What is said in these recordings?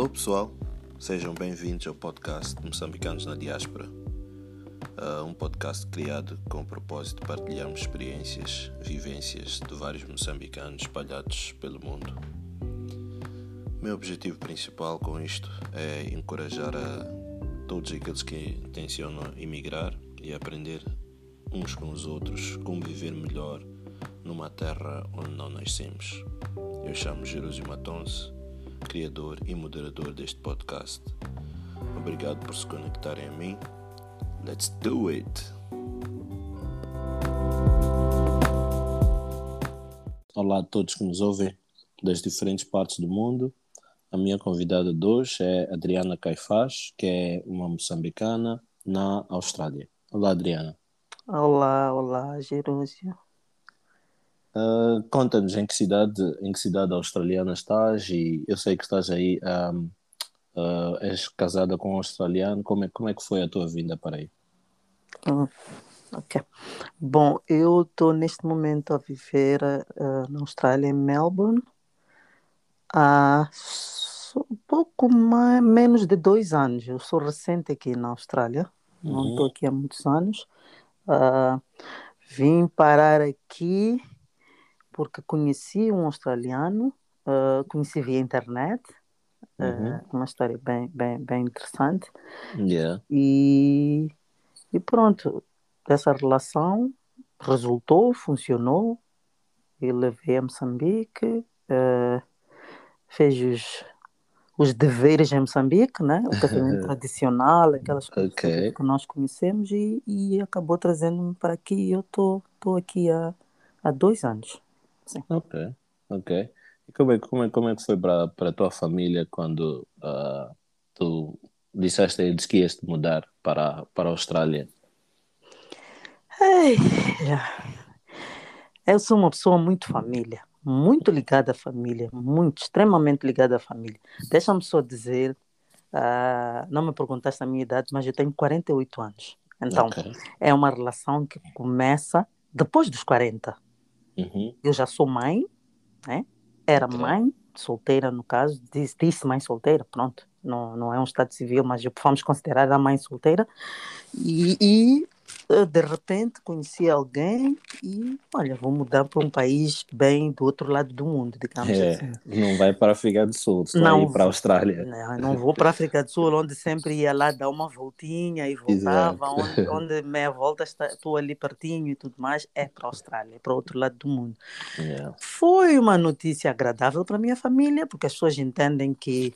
Alô pessoal, sejam bem-vindos ao podcast de Moçambicanos na Diáspora, um podcast criado com o propósito de partilharmos experiências, vivências de vários moçambicanos espalhados pelo mundo. Meu objetivo principal com isto é encorajar a todos aqueles que tencionam emigrar e aprender uns com os outros como viver melhor numa terra onde não nascemos. Eu chamo Jerúsio Matonse, criador e moderador deste podcast. Obrigado por se conectarem a mim. Let's do it! Olá a todos que nos ouvem das diferentes partes do mundo. A minha convidada de hoje é Adriana Caifás, que é uma moçambicana na Austrália. Olá, Adriana. Olá, Jerúsio. Conta-nos em que cidade australiana estás, e eu sei que estás aí, és casada com um australiano. Como é que foi a tua vinda para aí? Ok. Bom, eu estou neste momento a viver na Austrália, em Melbourne, há um pouco menos de 2 anos. Eu sou recente aqui na Austrália, não estou aqui há muitos anos. Vim parar aqui porque conheci um australiano, conheci via internet, uma história bem interessante. Yeah. E pronto, essa relação resultou, funcionou. Eu levei a Moçambique, fez os deveres em Moçambique, né? O casamento tradicional, aquelas coisas todas Ok. que nós conhecemos, e acabou trazendo-me para aqui. E eu estou aqui há 2 anos. Sim. Ok. E como é que foi para a tua família quando tu disseste a eles que ias te mudar para a Austrália? Ei, eu sou uma pessoa muito família, muito ligada à família, muito, extremamente ligada à família. Deixa-me só dizer, não me perguntaste a minha idade, mas eu tenho 48 anos. Então, Ok. é uma relação que começa depois dos 40. Uhum. Eu já sou mãe, né? Era Ok. mãe, solteira no caso, disse mãe solteira, pronto. Não é um estado civil, mas vamos considerar a mãe solteira. De repente conheci alguém e, olha, vou mudar para um país bem do outro lado do mundo, digamos assim. Não vai para a África do Sul, estou aí Não, para a Austrália. não vou para a África do Sul, onde sempre ia lá dar uma voltinha e voltava, Exato. onde meia volta estou ali pertinho e tudo mais. É para a Austrália, é para o outro lado do mundo. Yeah. Foi uma notícia agradável para a minha família, porque as pessoas entendem que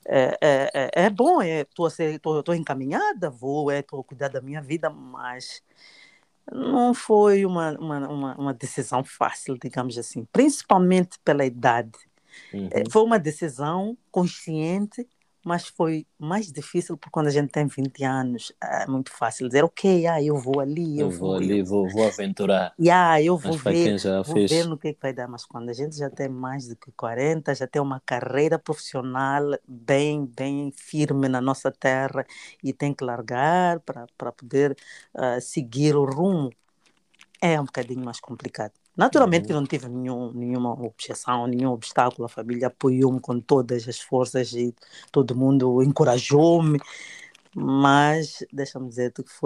é bom, estou encaminhada, estou a cuidar da minha vida, mas não foi uma decisão fácil, digamos assim, principalmente pela idade. Uhum. Foi uma decisão consciente, mas foi mais difícil porque quando a gente tem 20 anos, é muito fácil dizer, ok, eu vou ali, Eu vou ali, vou aventurar. eu Mas para quem já vou ver fez. no que vai dar. Mas quando a gente já tem mais do que 40, já tem uma carreira profissional bem firme na nossa terra e tem que largar para poder seguir o rumo, é um bocadinho mais complicado. Naturalmente que Uhum. não tive nenhuma objeção, nenhum obstáculo. A família apoiou-me com todas as forças e todo mundo encorajou-me. Mas deixa-me dizer-te que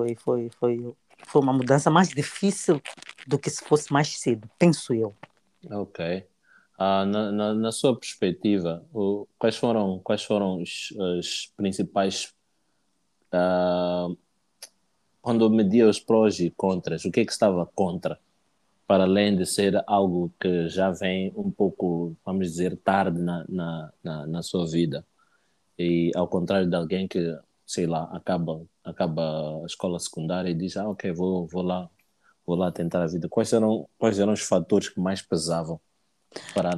foi uma mudança mais difícil do que se fosse mais cedo, penso eu. Ok. Na sua perspectiva, quais foram os principais, ah, quando media os prós e contras, o que é que estava contra? Para além de ser algo que já vem um pouco, vamos dizer, tarde na sua vida. E ao contrário de alguém que, sei lá, acaba a escola secundária e diz, ok, vou lá tentar a vida. Quais eram os fatores que mais pesavam para...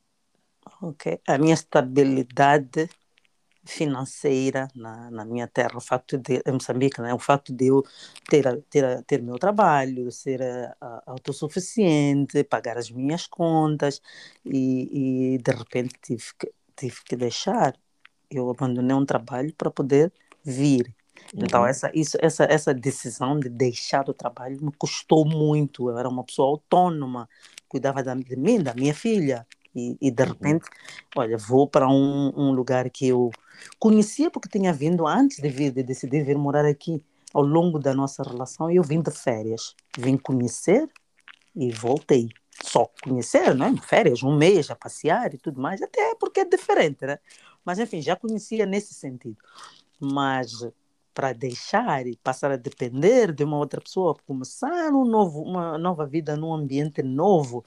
Ok, a minha estabilidade financeira na minha terra, o facto de em Moçambique, né, o facto de eu ter meu trabalho, ser autossuficiente, pagar as minhas contas e de repente tive que deixar. Eu abandonei um trabalho para poder vir. Então, Uhum. essa decisão de deixar o trabalho me custou muito. Eu era uma pessoa autônoma, cuidava de mim, da minha filha. E de repente, olha, vou para um lugar que eu conhecia porque tinha vindo antes de decidir vir morar aqui. Ao longo da nossa relação, eu vim de férias. Vim conhecer e voltei. Só conhecer, não é? Férias, um mês a passear e tudo mais, até porque é diferente, né? Mas, enfim, já conhecia nesse sentido. Mas para deixar e passar a depender de uma outra pessoa, começar uma nova vida num ambiente novo,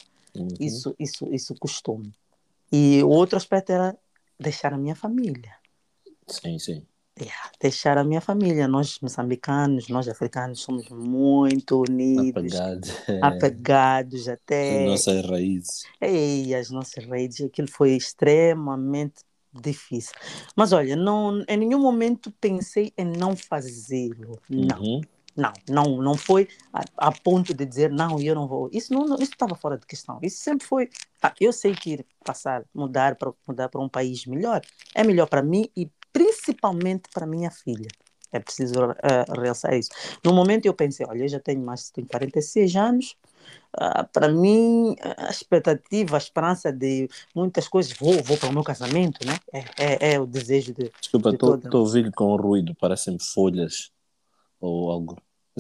isso custou-me. E o outro aspecto era deixar a minha família. Sim, sim. Deixar a minha família. Nós, moçambicanos, nós africanos, somos muito unidos, Apagado. apegados As até. nossas raízes. E as nossas redes, aquilo foi extremamente difícil. Mas olha, não, em nenhum momento pensei em não fazê-lo. Não. Uhum. Não foi a ponto de dizer não, eu não vou. Isso estava fora de questão. Isso sempre foi. Eu sei que ir passar, mudar para um país melhor é melhor para mim e principalmente para minha filha. É preciso realçar isso. No momento eu pensei, olha, eu já tenho 46 anos. Para mim, a expectativa, a esperança de muitas coisas, vou para o meu casamento, né? É o desejo Desculpa, de estou toda. a ouvir com ruído, parecem folhas ou algo.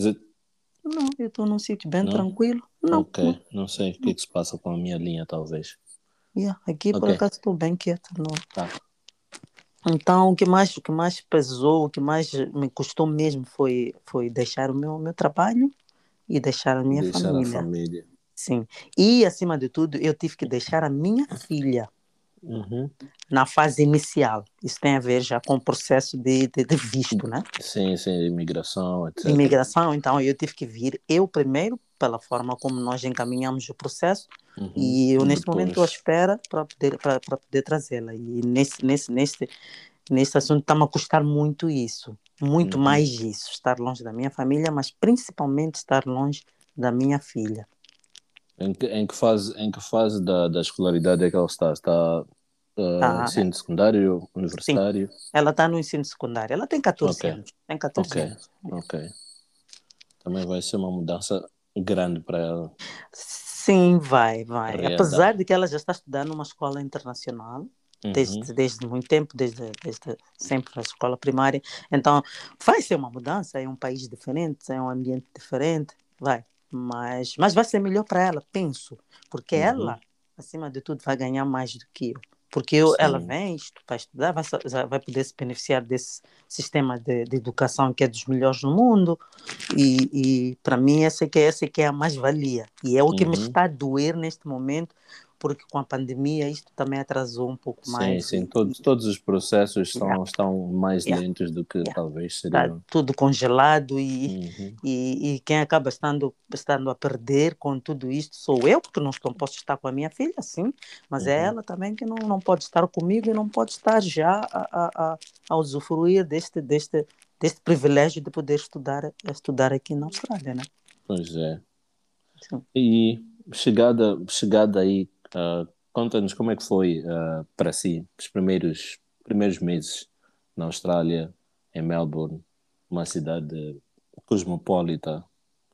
Não, eu estou num sítio bem Não? tranquilo. Não, não, Ok, não sei o que é não. que se passa com a minha linha, talvez. Yeah, aqui por Ok, acaso estou bem quieta. Não. tá. Então, o que mais pesou, o que mais me custou mesmo foi deixar o meu trabalho e deixar a minha Deixar a família. família. Sim. E, acima de tudo, eu tive que deixar a minha filha Uhum. na fase inicial. Isso tem a ver já com o processo de visto, né? Sim, sim, imigração, etc. Imigração, então eu tive que vir eu primeiro, pela forma como nós encaminhamos o processo, Uhum. e eu E neste momento estou à depois. espera para poder trazê-la. E nesse assunto está-me a custar muito isso, muito Uhum. mais isso, estar longe da minha família, mas principalmente estar longe da minha filha. Em que fase da escolaridade é que ela está? Está Tá? ensino secundário, Sim, universitário? ela está no ensino secundário, ela tem Ok, 14 anos, tem ok, 14 anos. ok. Também vai ser uma mudança grande para ela Sim, vai. Apesar readaptar. de que ela já está estudando numa escola internacional, Uhum. desde muito tempo, desde sempre na escola primária. Então, vai ser uma mudança, é um país diferente, é um ambiente diferente, vai. Mas vai ser melhor para ela, penso, porque Uhum. ela, acima de tudo, vai ganhar mais do que eu. Porque ela Sim. vem para estudar, vai poder se beneficiar desse sistema de educação que é dos melhores no mundo, e para mim essa que é a mais-valia. E é o que me Uhum. está a doer neste momento, porque com a pandemia isto também atrasou um pouco Sim, mais. sim. Todos os processos Yeah, estão mais yeah, lentos do que yeah. talvez Está seriam. tudo congelado e, Uhum. e, e quem acaba estando a perder com tudo isto sou eu, porque não posso estar com a minha filha, sim, mas é Uhum. ela também que não pode estar comigo e não pode estar já a usufruir deste privilégio de poder estudar aqui na Austrália, né? Pois é. Sim. E chegada aí, conta-nos como é que foi para si os primeiros meses na Austrália, em Melbourne, uma cidade cosmopolita.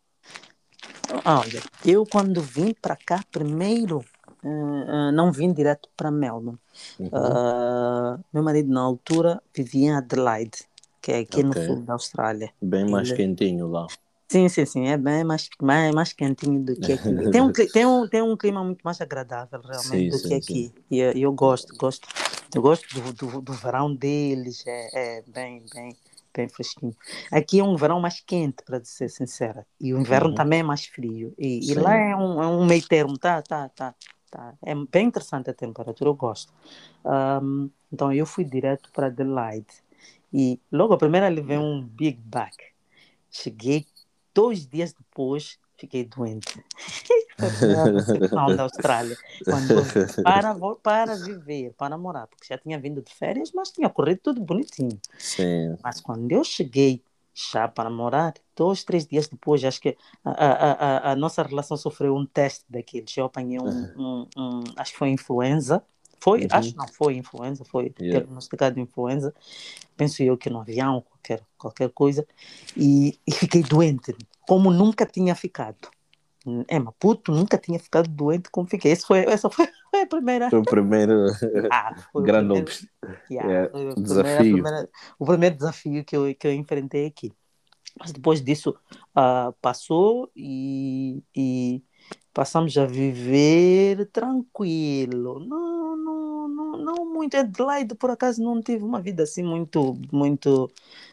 Olha, eu quando vim para cá primeiro, não vim direto para Melbourne. Uhum. Meu marido na altura vivia em Adelaide, que é aqui no Ok. sul da Austrália. Bem mais Ele, quentinho lá. sim, é bem mais quentinho do que aqui. Tem um clima muito mais agradável realmente Sim, do que sim, sim. aqui. E eu gosto do verão deles, é bem fresquinho. Aqui é um verão mais quente, para ser sincera, e o inverno Uhum. também é mais frio. E lá Sim. é um meio termo, tá. É bem interessante a temperatura, eu gosto. Então eu fui direto para Adelaide. E logo a primeira levei um Big Bag. Cheguei 2 dias depois, fiquei doente. Foi a primeira recepção da Austrália. Quando eu vim para viver, para morar, porque já tinha vindo de férias, mas tinha corrido tudo bonitinho. Sim. Mas quando eu cheguei já para morar, 2, 3 dias depois, acho que a nossa relação sofreu um teste daqueles. Eu apanhei acho que foi influenza. Acho Uhum. que não foi influenza, foi Yeah. diagnosticado de influenza. Penso eu que no avião, qualquer coisa. E fiquei doente, como nunca tinha ficado. Em Maputo nunca tinha ficado doente como fiquei. Essa foi a primeira. Foi o primeiro Foi o grande primeiro. Foi desafio. o primeiro desafio que eu enfrentei aqui. Mas depois disso, passou e passamos a viver tranquilo. Não, não, não, não muito. Adelaide, por acaso, não tive uma vida assim muito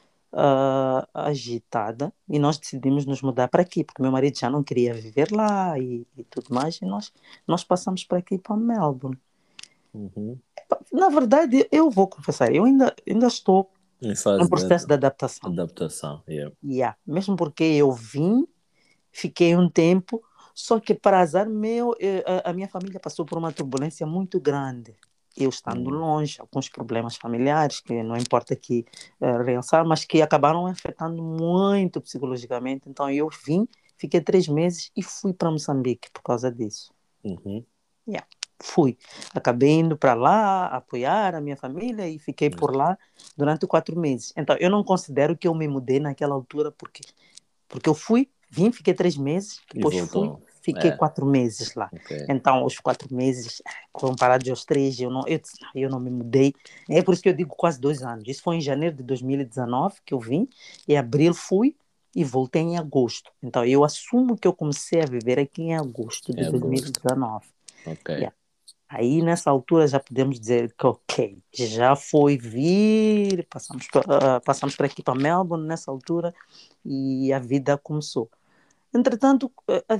agitada. E nós decidimos nos mudar para aqui, porque meu marido já não queria viver lá e tudo mais. E nós passamos para aqui, para Melbourne. Uhum. Na verdade, eu vou confessar, eu ainda estou Em em fase de processo de adaptação. adaptação. Yeah. Mesmo porque eu vim, fiquei um tempo, só que para azar meu, a minha família passou por uma turbulência muito grande. Eu estando longe, alguns problemas familiares, que não importa aqui realçar, mas que acabaram afetando muito psicologicamente. Então eu vim, fiquei 3 meses e fui para Moçambique por causa disso. Uhum. Yeah. Fui. Acabei indo para lá apoiar a minha família e fiquei por lá durante 4 meses. Então, eu não considero que eu me mudei naquela altura porque eu vim, fiquei 3 meses, E depois fui, voltou. fiquei 4 meses lá. Ok. Então, os 4 meses, comparados aos 3, eu não me mudei. É por isso que eu digo quase 2 anos. Isso foi em janeiro de 2019 que eu vim, em abril fui e voltei em agosto. Então, eu assumo que eu comecei a viver aqui em agosto de É agosto. 2019. Ok. Yeah. Aí, nessa altura, já podemos dizer que, ok, já foi vir, passamos por aqui para Melbourne nessa altura e a vida começou. Entretanto,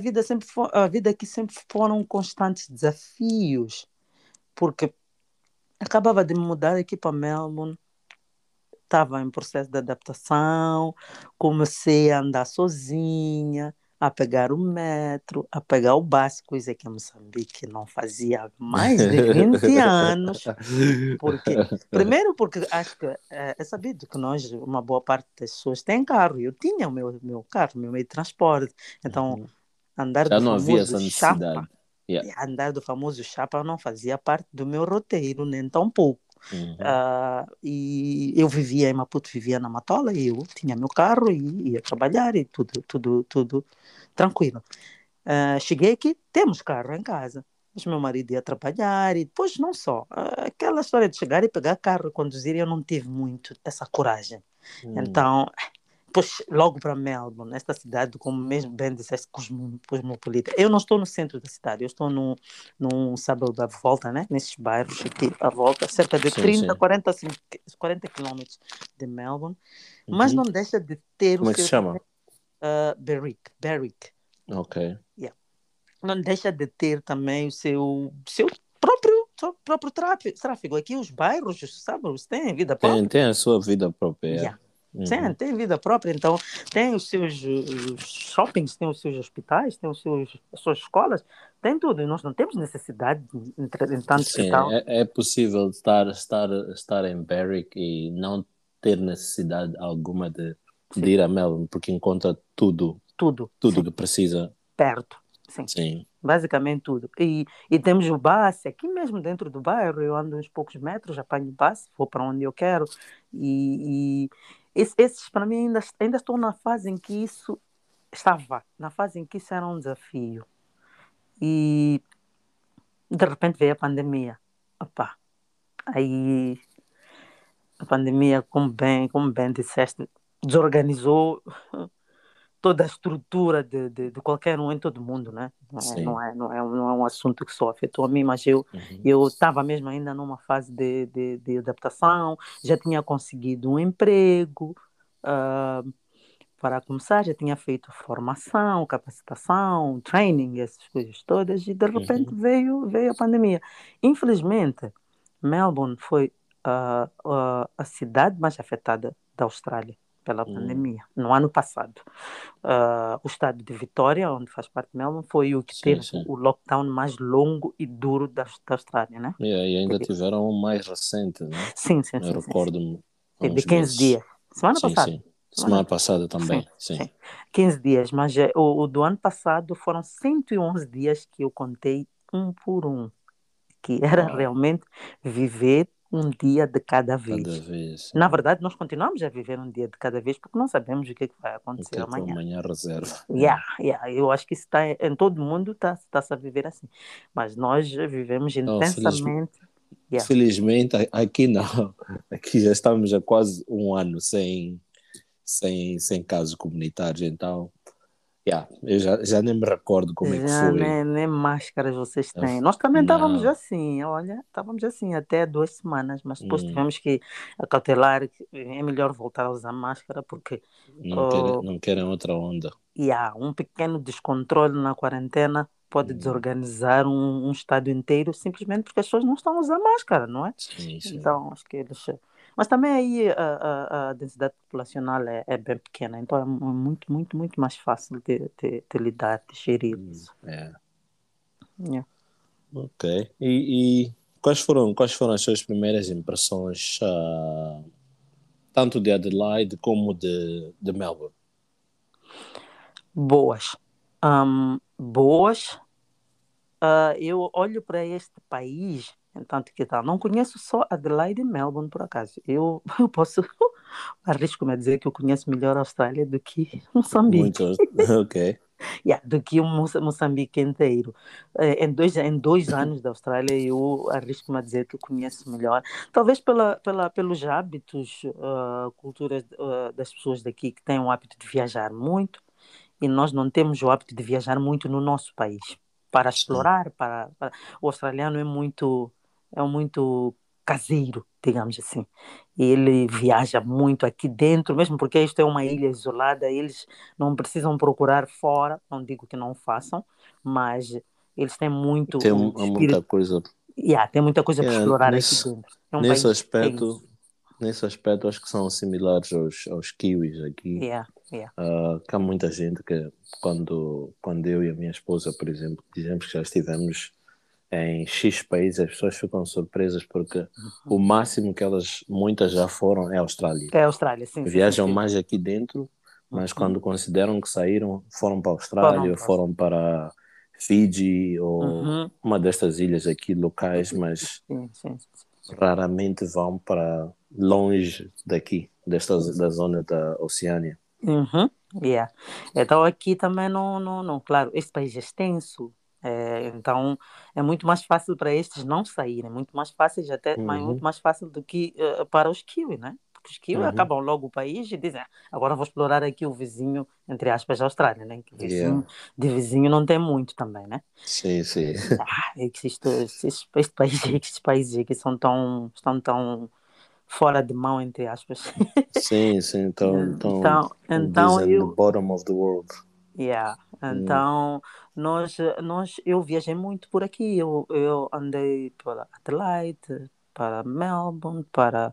a vida aqui sempre foram constantes desafios, porque acabava de me mudar aqui para Melbourne, estava em processo de adaptação, comecei a andar sozinha, a pegar o metro, a pegar o bus, coisa que em Moçambique não fazia há mais de 20 anos. Primeiro porque acho que é sabido que uma boa parte das pessoas tem carro. Eu tinha o meu carro, o meu meio de transporte. Então, Uhum. andar Já do não havia famoso essa necessidade. chapa, Yeah. andar do famoso chapa não fazia parte do meu roteiro, nem tão pouco. Uhum. E eu vivia em Maputo, vivia na Matola, e eu tinha meu carro e ia trabalhar e tudo tranquilo. Cheguei aqui, temos carro em casa. Mas meu marido ia trabalhar e depois não só. Aquela história de chegar e pegar carro e conduzir, eu não tive muito essa coragem. Então, depois logo para Melbourne, esta cidade, como mesmo bem disseste, cosmopolita. Eu não estou no centro da cidade, eu estou num suburb à volta, né? Nesses bairros aqui à volta, cerca de Sim, 30, sim. 40 quilômetros de Melbourne, mas Uhum. não deixa de ter o Como é que se seu chama? também, Berwick. Ok. Yeah. Não deixa de ter também o seu próprio tráfego. Aqui os bairros, os suburbs, têm vida própria. Tem a sua vida própria. Yeah. Sim, Uhum. tem vida própria, então tem os shoppings, tem os seus hospitais, tem as suas escolas, tem tudo. E nós não temos necessidade, entanto que Sim, tal. é possível estar em Berwick e não ter necessidade alguma de Sim, ir a Melbourne, porque encontra tudo, tudo sim, que precisa. perto, sim. Sim. Basicamente tudo. E temos o bus, aqui mesmo dentro do bairro, eu ando uns poucos metros, apanho o bus, vou para onde eu quero. E esses, para mim, ainda estou na fase em que isso na fase em que isso era um desafio. E de repente veio a pandemia. Opa, aí a pandemia, como bem disseste, desorganizou toda a estrutura de qualquer um em todo mundo, né? Sim. Não é um assunto que só afetou a mim, mas eu Uhum. eu estava mesmo ainda numa fase de adaptação, já tinha conseguido um emprego, ah, para começar, já tinha feito formação, capacitação, training, essas coisas todas, e de repente Uhum. veio a pandemia. Infelizmente, Melbourne foi a cidade mais afetada da Austrália pela Uhum. pandemia, no ano passado. O estado de Vitória, onde faz parte de Melbourne, foi o que Sim, teve sim. o lockdown mais longo e duro da Austrália, né? E ainda tiveram um mais recente, né? Sim, sim, Eu sim, sim, sim. recordo-me há Sim, de uns 15 meses. dias. Semana Sim, passada. sim. Semana Semana passada Sim, também, sim. sim. 15 dias, mas o do ano passado foram 111 dias que eu contei um por um, que era Uau. realmente viver um dia de cada Cada vez. vez, Na verdade, nós continuamos a viver um dia de cada vez porque não sabemos o que é que vai o acontecer que é que o amanhã. amanhã reserva. Eu acho que isso está em todo mundo, está-se a viver assim. Mas nós vivemos Não, intensamente. felizmente aqui não. Aqui já estamos há quase um ano sem casos comunitários, então, eu já nem me recordo como é que Já foi. nem máscaras vocês têm. Nós também estávamos Não, assim, olha, estávamos assim até 2 semanas, mas depois hum, tivemos que acautelar que é melhor voltar a usar máscara porque oh, não querem outra onda. e há um pequeno descontrole na quarentena pode Hum, desorganizar um estado inteiro simplesmente porque as pessoas não estão a usar máscara, não é? sim, sim. Então, acho que eles. Mas também aí a densidade populacional é bem pequena, então é muito, muito, muito mais fácil de lidar, de gerir isso. É. Yeah. Ok. E quais foram as suas primeiras impressões, tanto de Adelaide como de Melbourne? Boas. Boas. Eu olho para este país, entanto que tal, não conheço só Adelaide e Melbourne, por acaso. Eu posso, arrisco-me a dizer que eu conheço melhor a Austrália do que Moçambique. Muito, ok. Do que Moçambique inteiro. Em dois anos da Austrália, eu arrisco-me a dizer que eu conheço melhor. Talvez pelos hábitos, culturas das pessoas daqui que têm o hábito de viajar muito, e nós não temos o hábito de viajar muito no nosso país para Sim. explorar. O australiano é muito caseiro, digamos assim. Ele viaja muito aqui dentro, mesmo porque isto é uma ilha isolada, eles não precisam procurar fora, não digo que não façam, mas eles têm muito Tem o muita espírito. coisa. Tem muita coisa para É, explorar aqui dentro. É um nesse país que tem aspecto, isso. nesse aspecto, acho que são similares aos kiwis aqui. Yeah, yeah. Que há muita gente que, quando eu e a minha esposa, por exemplo, dizemos que já estivemos em X países, as pessoas ficam surpresas porque o máximo que muitas já foram é a Austrália. É a Austrália, sim, sim, sim, Viajam sim. mais aqui dentro, mas Uhum. quando consideram que saíram, foram para a Para não Austrália, posso. foram para Fiji ou Uhum. uma destas ilhas aqui locais, mas Sim, sim, raramente vão para longe daqui, da zona da Oceânia. uhum. Yeah. Então aqui também não. Claro, este país é extenso, então é muito mais fácil para estes não saírem, muito mais fácil até, mas muito Uhum, mais fácil do que para os kiwi, né? Porque os kiwi uhum. acabam logo o país e dizem, agora vou explorar aqui o vizinho, entre aspas, a Austrália, né? Que Yeah. vizinho, de vizinho não tem muito também, né? Sim, sim. É que este país, estes países aqui estão tão fora de mão, entre aspas. Sim, sim. Então, Então dizem the bottom of the world. Hum, então eu viajei muito por aqui. Eu andei para Adelaide, para Melbourne, para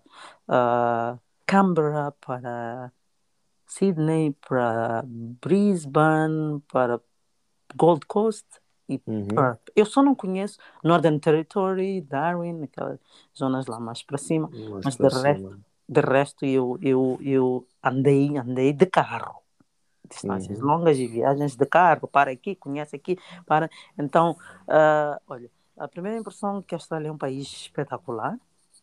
Canberra, para Sydney, para Brisbane, para Gold Coast e uhum. Perth. Eu só não conheço Northern Territory, Darwin, aquelas zonas lá mais para cima, Mais mas para cima. de resto eu andei de carro. Distâncias Uhum. longas e viagens de carro, para aqui, conhece aqui, para. Então, olha, a primeira impressão é que a Austrália é um país espetacular,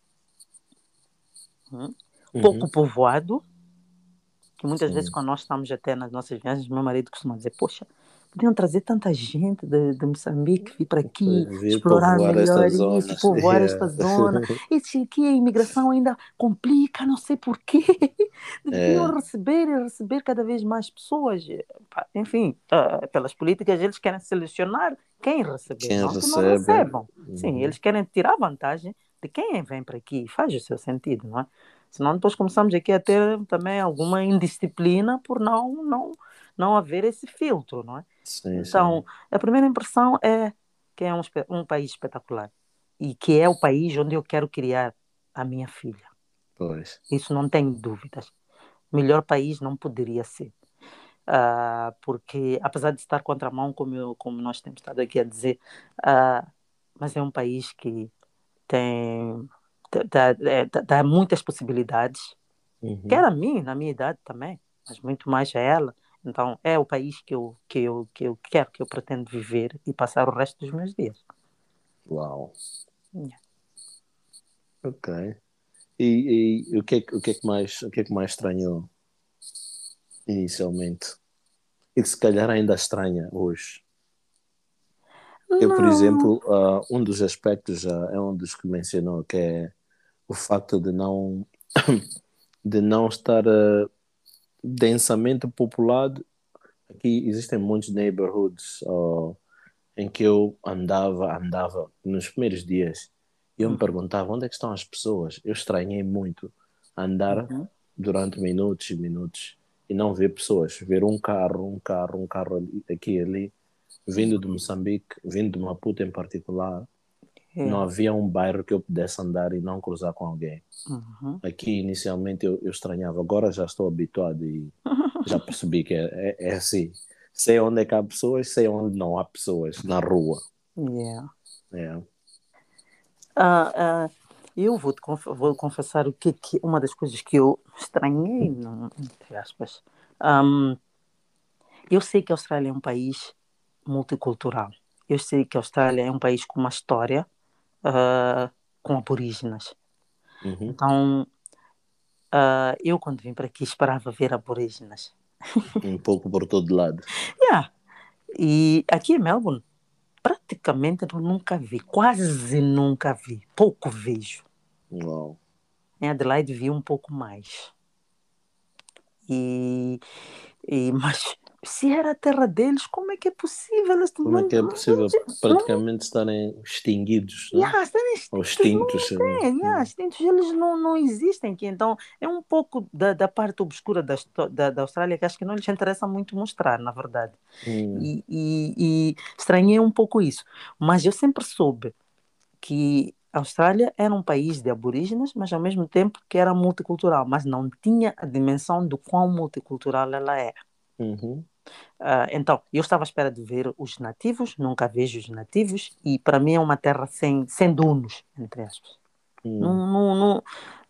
pouco Uhum. povoado, que muitas vezes Sim. quando nós estamos até nas nossas viagens, meu marido costuma dizer, poxa, podiam trazer tanta gente de Moçambique, vir para aqui, Vir explorar povoar melhor estas isso, zonas. povoar esta Yeah. zona. Isso aqui a imigração ainda complica, não sei porquê. Deviam É, receber cada vez mais pessoas. Pá, enfim, pelas políticas, eles querem selecionar quem receber, quem não que não recebe. recebam. Sim, Uhum. eles querem tirar vantagem de quem vem para aqui. Faz o seu sentido, não é? Senão depois começamos aqui a ter também alguma indisciplina por não haver esse filtro, não é? Sim, Então, sim. a primeira impressão é que é um país espetacular e que é o país onde eu quero criar a minha filha. Pois. Isso não tenho dúvidas. Melhor país não poderia ser. Porque, apesar de estar contramão, como nós temos estado aqui a dizer, ah, mas é um país que tem dá muitas possibilidades, quer Uhum. a mim, na minha idade também, mas muito mais a ela. Então, é o país que eu quero, que eu pretendo viver e passar o resto dos meus dias. Uau. Yeah. Ok. E o que é que mais estranhou inicialmente? E que se calhar ainda estranha hoje. Eu, por Não. exemplo, um dos aspectos já é um dos que mencionou, que é o facto de não estar densamente populado. Aqui existem muitos neighborhoods em que eu andava nos primeiros dias e eu me Uhum, perguntava onde é que estão as pessoas. Eu estranhei muito andar uhum, durante minutos e minutos e não ver pessoas, ver um carro aqui e ali, vindo de Moçambique, vindo de Maputo em particular. Não yeah, havia um bairro que eu pudesse andar e não cruzar com alguém. uhum. Aqui inicialmente eu estranhava, agora já estou habituado e já percebi que é assim. Sei onde é que há pessoas, sei onde não há pessoas na rua. Yeah. É. Ah, eu vou confessar o que uma das coisas que eu estranhei, entre aspas. Ahm, eu sei que a Austrália é um país multicultural. Eu sei que a Austrália é um país com uma história, ah, com aborígenes. Uhum. Então, eu quando vim para aqui esperava ver aborígenes. Um pouco por todo lado. Yeah. E aqui em Melbourne, praticamente eu nunca vi, quase nunca vi, pouco vejo. Uau. Em Adelaide vi um pouco mais. E, mas se era a terra deles, como é que é possível? Eles Como é não, que é possível não, praticamente estarem extinguidos, não? yeah, estarem Ou extintos, extintos? não tem, yeah, extintos, eles não existem aqui. Então, é um pouco da parte obscura da Austrália que acho que não lhes interessa muito mostrar, na verdade. Hum, E estranhei um pouco isso. Mas eu sempre soube que a Austrália era um país de aborígenes, mas ao mesmo tempo que era multicultural, mas não tinha a dimensão do quão multicultural ela é. uhum, Então, eu estava à espera de ver os nativos, nunca vejo os nativos, e para mim é uma terra sem donos, entre aspas. hum. Não,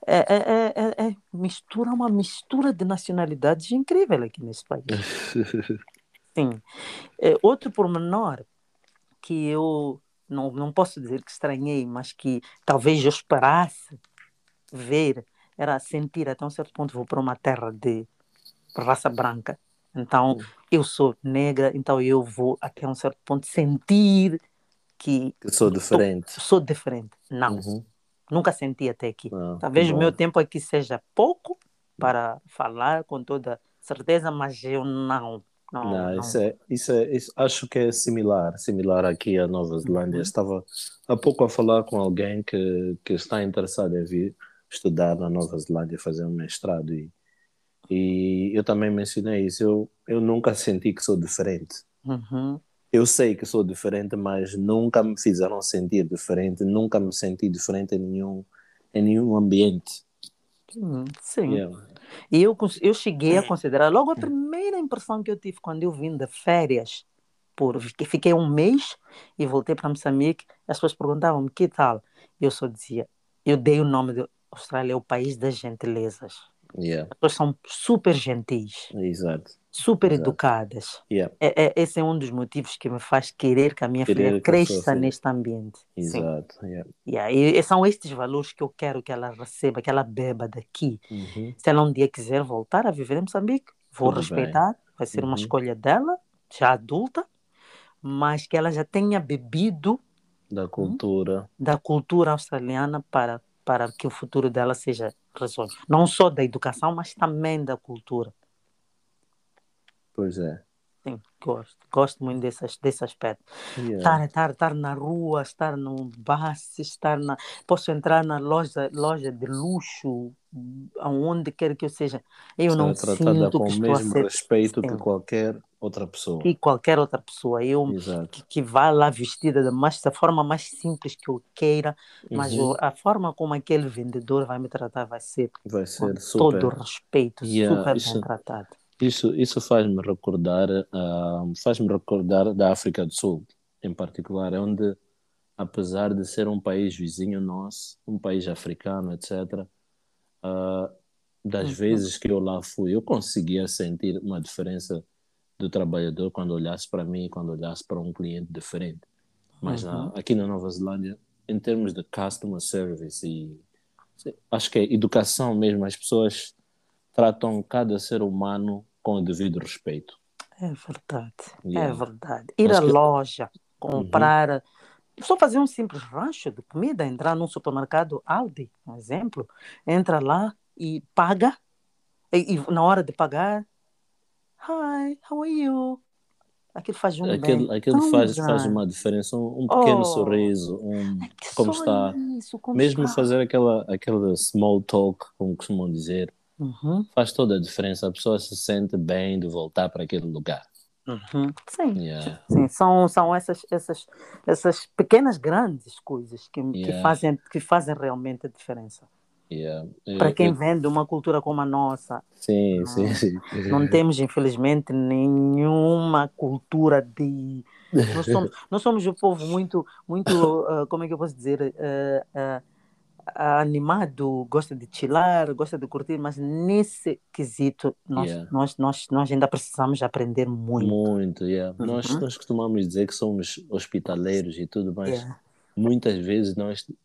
mistura, uma mistura de nacionalidades incrível aqui nesse país. Sim. Outro pormenor que eu não posso dizer que estranhei, mas que talvez eu esperasse ver, era sentir até um certo ponto, vou para uma terra de raça branca. Então, eu sou negra, então eu vou até um certo ponto sentir que Que sou diferente. sou diferente. Não, Uhum. nunca senti até aqui. Ah, que Talvez o meu bom. tempo aqui seja pouco para falar com toda certeza, mas eu Não, não. acho que é similar aqui à Nova Zelândia. Uhum, Estava há pouco a falar com alguém que está interessado em vir estudar na Nova Zelândia, fazer um mestrado, e eu também mencionei isso. Eu nunca senti que sou diferente. uhum, Eu sei que sou diferente, mas nunca me fizeram sentir diferente, nunca me senti diferente em nenhum ambiente. sim. Yeah. E eu cheguei a considerar, logo a primeira impressão que eu tive quando eu vim de férias, fiquei um mês e voltei para Moçambique, as pessoas perguntavam-me que tal. Eu só dizia, eu dei o nome de Austrália, é o país das gentilezas. Yeah. As pessoas são super gentis, Exato, super exato. educadas. Yeah. Esse é um dos motivos que me faz querer que a minha filha Querer que a sua cresça filha. neste ambiente. Sim. Exato, yeah. E aí, são estes valores que eu quero que ela receba, que ela beba daqui. Uhum. Se ela um dia quiser voltar a viver em Moçambique, vou Tudo bem. respeitar, vai ser uma Uhum. escolha dela, já adulta, mas que ela já tenha bebido, Da hum, cultura, da cultura australiana para que o futuro dela seja resolvido. Não só da educação, mas também da cultura. pois é. Sim, gosto muito desse aspecto. Yeah. Estar na rua, estar num bar, posso entrar na loja de luxo, aonde quer que eu seja. Eu não Será tratada sinto com que o estou a mesmo ser, respeito que sim, qualquer outra pessoa. que qualquer outra pessoa. Eu Exato. que vá lá vestida da forma mais simples que eu queira, mas Uhum. a forma como aquele vendedor vai me tratar vai ser Vai com ser todo o super. respeito, Yeah. super bem Isso, tratado. isso faz-me recordar da África do Sul, em particular, onde, apesar de ser um país vizinho nosso, um país africano, etc., ah, das Uhum, vezes que eu lá fui, eu conseguia sentir uma diferença do trabalhador quando olhasse para mim e quando olhasse para um cliente diferente. Mas uhum, aqui na Nova Zelândia, em termos de customer service Acho que é educação mesmo. As pessoas tratam cada ser humano com o devido respeito. É verdade, é Yeah. verdade. Ir à Acho que. loja, Uhum. comprar, só fazer um simples rancho de comida, entrar num supermercado Aldi, um exemplo, entra lá e paga, e na hora de pagar, hi, how are you? Aquilo faz um bem Aquilo tão faz grande. uma diferença, um pequeno Oh, sorriso, é que como só está, isso, como mesmo está? fazer aquela small talk, como costumam dizer, Uhum, faz toda a diferença. A pessoa se sente bem de voltar para aquele lugar. uhum. Sim, Yeah, sim, são essas pequenas, grandes coisas yeah, que fazem realmente a diferença. yeah. Para quem vem de uma cultura como a nossa, Sim, sim, não, sim. não temos, infelizmente, nenhuma cultura de. Nós somos um povo muito, como é que eu posso dizer, animado, gosta de chilar, gosta de curtir, mas nesse quesito Yeah. nós ainda precisamos aprender muito. Muito, yeah. Uhum. Nós costumamos dizer que somos hospitaleiros e tudo, mas Yeah. muitas vezes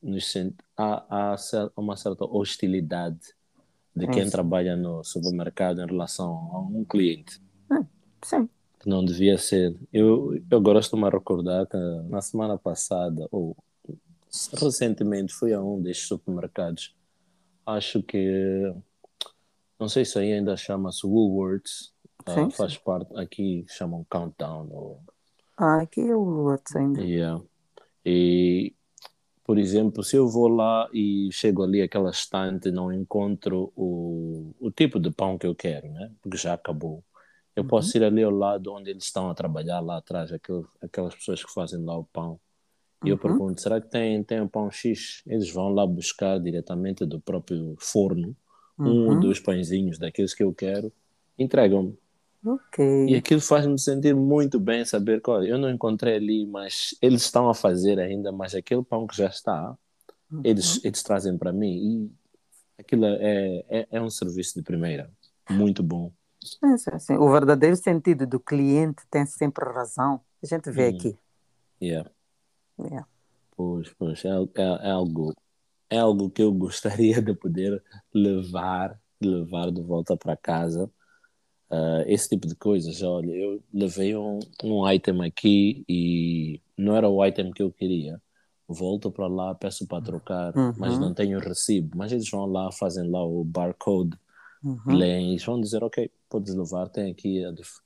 há uma certa hostilidade de É quem isso. trabalha no supermercado em relação a um cliente, Sim. que não devia ser. Eu agora estou-me a recordar que na semana passada, ou recentemente, fui a um destes supermercados. Acho que, não sei se aí ainda chama-se Woolworths, Sim, faz sim. parte, aqui chamam Countdown. Aqui eu outros ainda. Yeah. E, por exemplo, se eu vou lá e chego ali àquela estante e não encontro o tipo de pão que eu quero, né? Porque já acabou. Eu Uhum. posso ir ali ao lado onde eles estão a trabalhar, lá atrás, aquelas pessoas que fazem lá o pão. E eu Uhum. pergunto, será que tem o pão X? Eles vão lá buscar diretamente do próprio forno um ou Uhum. dois pãezinhos daqueles que eu quero, entregam-me. Ok. E aquilo faz-me sentir muito bem saber que, olha, eu não encontrei ali, mas eles estão a fazer ainda, mas aquele pão que já está, Uhum. eles trazem para mim. E aquilo é um serviço de primeira. Muito bom. É, sim, sim. O verdadeiro sentido do cliente tem sempre razão. A gente vê Hum, aqui. yeah. Yeah. Pois, é algo que eu gostaria de poder levar de volta para casa. Esse tipo de coisas. Olha, eu levei um item aqui e não era o item que eu queria. Volto para lá, peço para trocar, mas não Uhum. tenho recibo. Mas eles vão lá, fazem lá o barcode, Uhum. leem e vão dizer: Ok, podes levar, tem aqui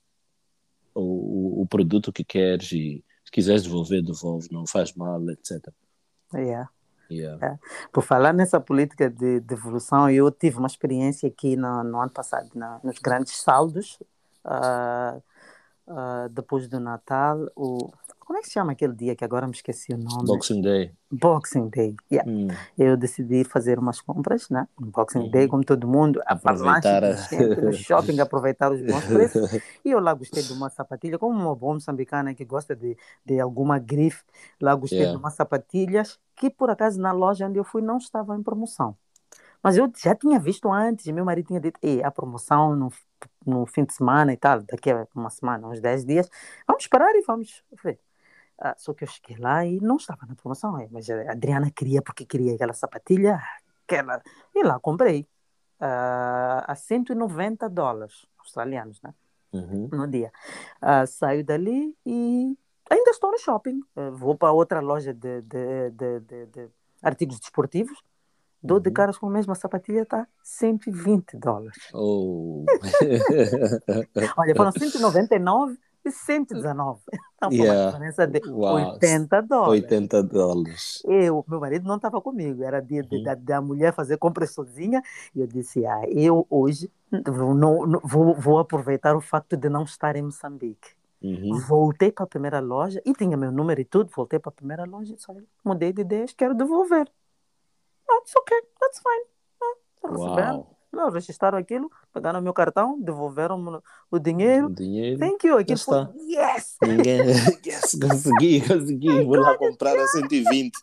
o produto que queres e se quiseres devolver, devolve, não faz mal, etc. Yeah. Yeah. É. Por falar nessa política de devolução, eu tive uma experiência aqui no ano passado, nos grandes saldos, ah, depois do Natal. Como é que se chama aquele dia que agora me esqueci o nome? Boxing Day. Boxing Day. Yeah. Hum, Eu decidi fazer umas compras, né? No Boxing Day, uhum. como todo mundo, avalanche Aproveitar de a... gente no shopping, aproveitar os bons preços. E eu lá gostei de uma sapatilha, como uma boa moçambicana que gosta de alguma grife, lá gostei de Yeah. umas sapatilhas que, por acaso, na loja onde eu fui não estava em promoção. Mas eu já tinha visto antes, e meu marido tinha dito, ei, a promoção no fim de semana e tal, daqui a uma semana, uns 10 dias, vamos parar e vamos. Eu falei, só que eu cheguei lá e não estava na promoção. Mas a Adriana queria, porque queria aquela sapatilha, aquela. E lá comprei a US$ 190 australianos, né? Uhum. No dia. Saio dali e ainda estou no shopping. Vou para outra loja de artigos desportivos. Dou de Uhum. caras com a mesma sapatilha, tá? US$ 120. Oh. Olha, foram 199 e 119. Então foi uma Yeah. diferença de Uau. US$ 80. $80. Meu marido não estava comigo, era dia Uhum. da mulher fazer compra sozinha. E eu disse, eu hoje vou aproveitar o facto de não estar em Moçambique. Uhum. Voltei para a primeira loja e tinha meu número e tudo. Voltei para a primeira loja e disse, olha, mudei de ideias, quero devolver. It's okay, that's fine. Uau. Receberam. Não, registraram aquilo, pegaram o meu cartão, devolveram o dinheiro. O dinheiro, Thank you. já Aquilo foi, está. yes! Ninguém. Yes, consegui. Vou lá comprar a 120.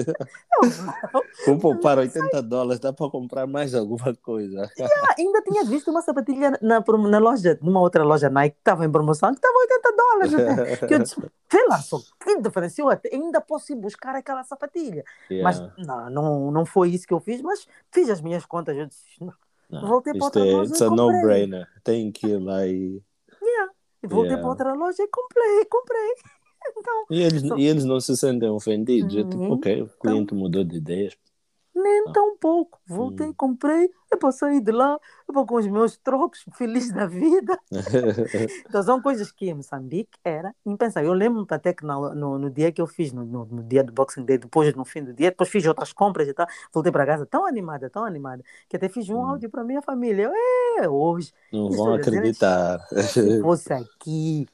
Vou poupar $80. Dá para comprar mais alguma coisa. Ainda tinha visto uma sapatilha na loja, numa outra loja Nike, que estava em promoção, que estava $80 até. Que eu disse, vê lá só, que diferenciou, ainda posso ir buscar aquela sapatilha. Mas Yeah. não foi isso que eu fiz, mas fiz as minhas contas. Eu disse, não. Não, Voltei para isto outra é, loja it's e a comprei. no-brainer. Tem que ir lá e. Yeah. E voltei para Yeah. outra loja e comprei. Então, E eles não se sentem ofendidos. É tipo, ok, o então cliente mudou de ideias. nem Ah. tão pouco. Voltei, comprei, eu saí de lá, eu com os meus trocos, feliz da vida. Então, são coisas que em Moçambique era impensável. Eu lembro-me até que no dia que eu fiz, no dia do Boxing Day, depois, no fim do dia, depois fiz outras compras e tal, voltei para casa tão animada, que até fiz um áudio para a minha família. Hoje, Não estou vão a dizer, acreditar. se fosse aqui,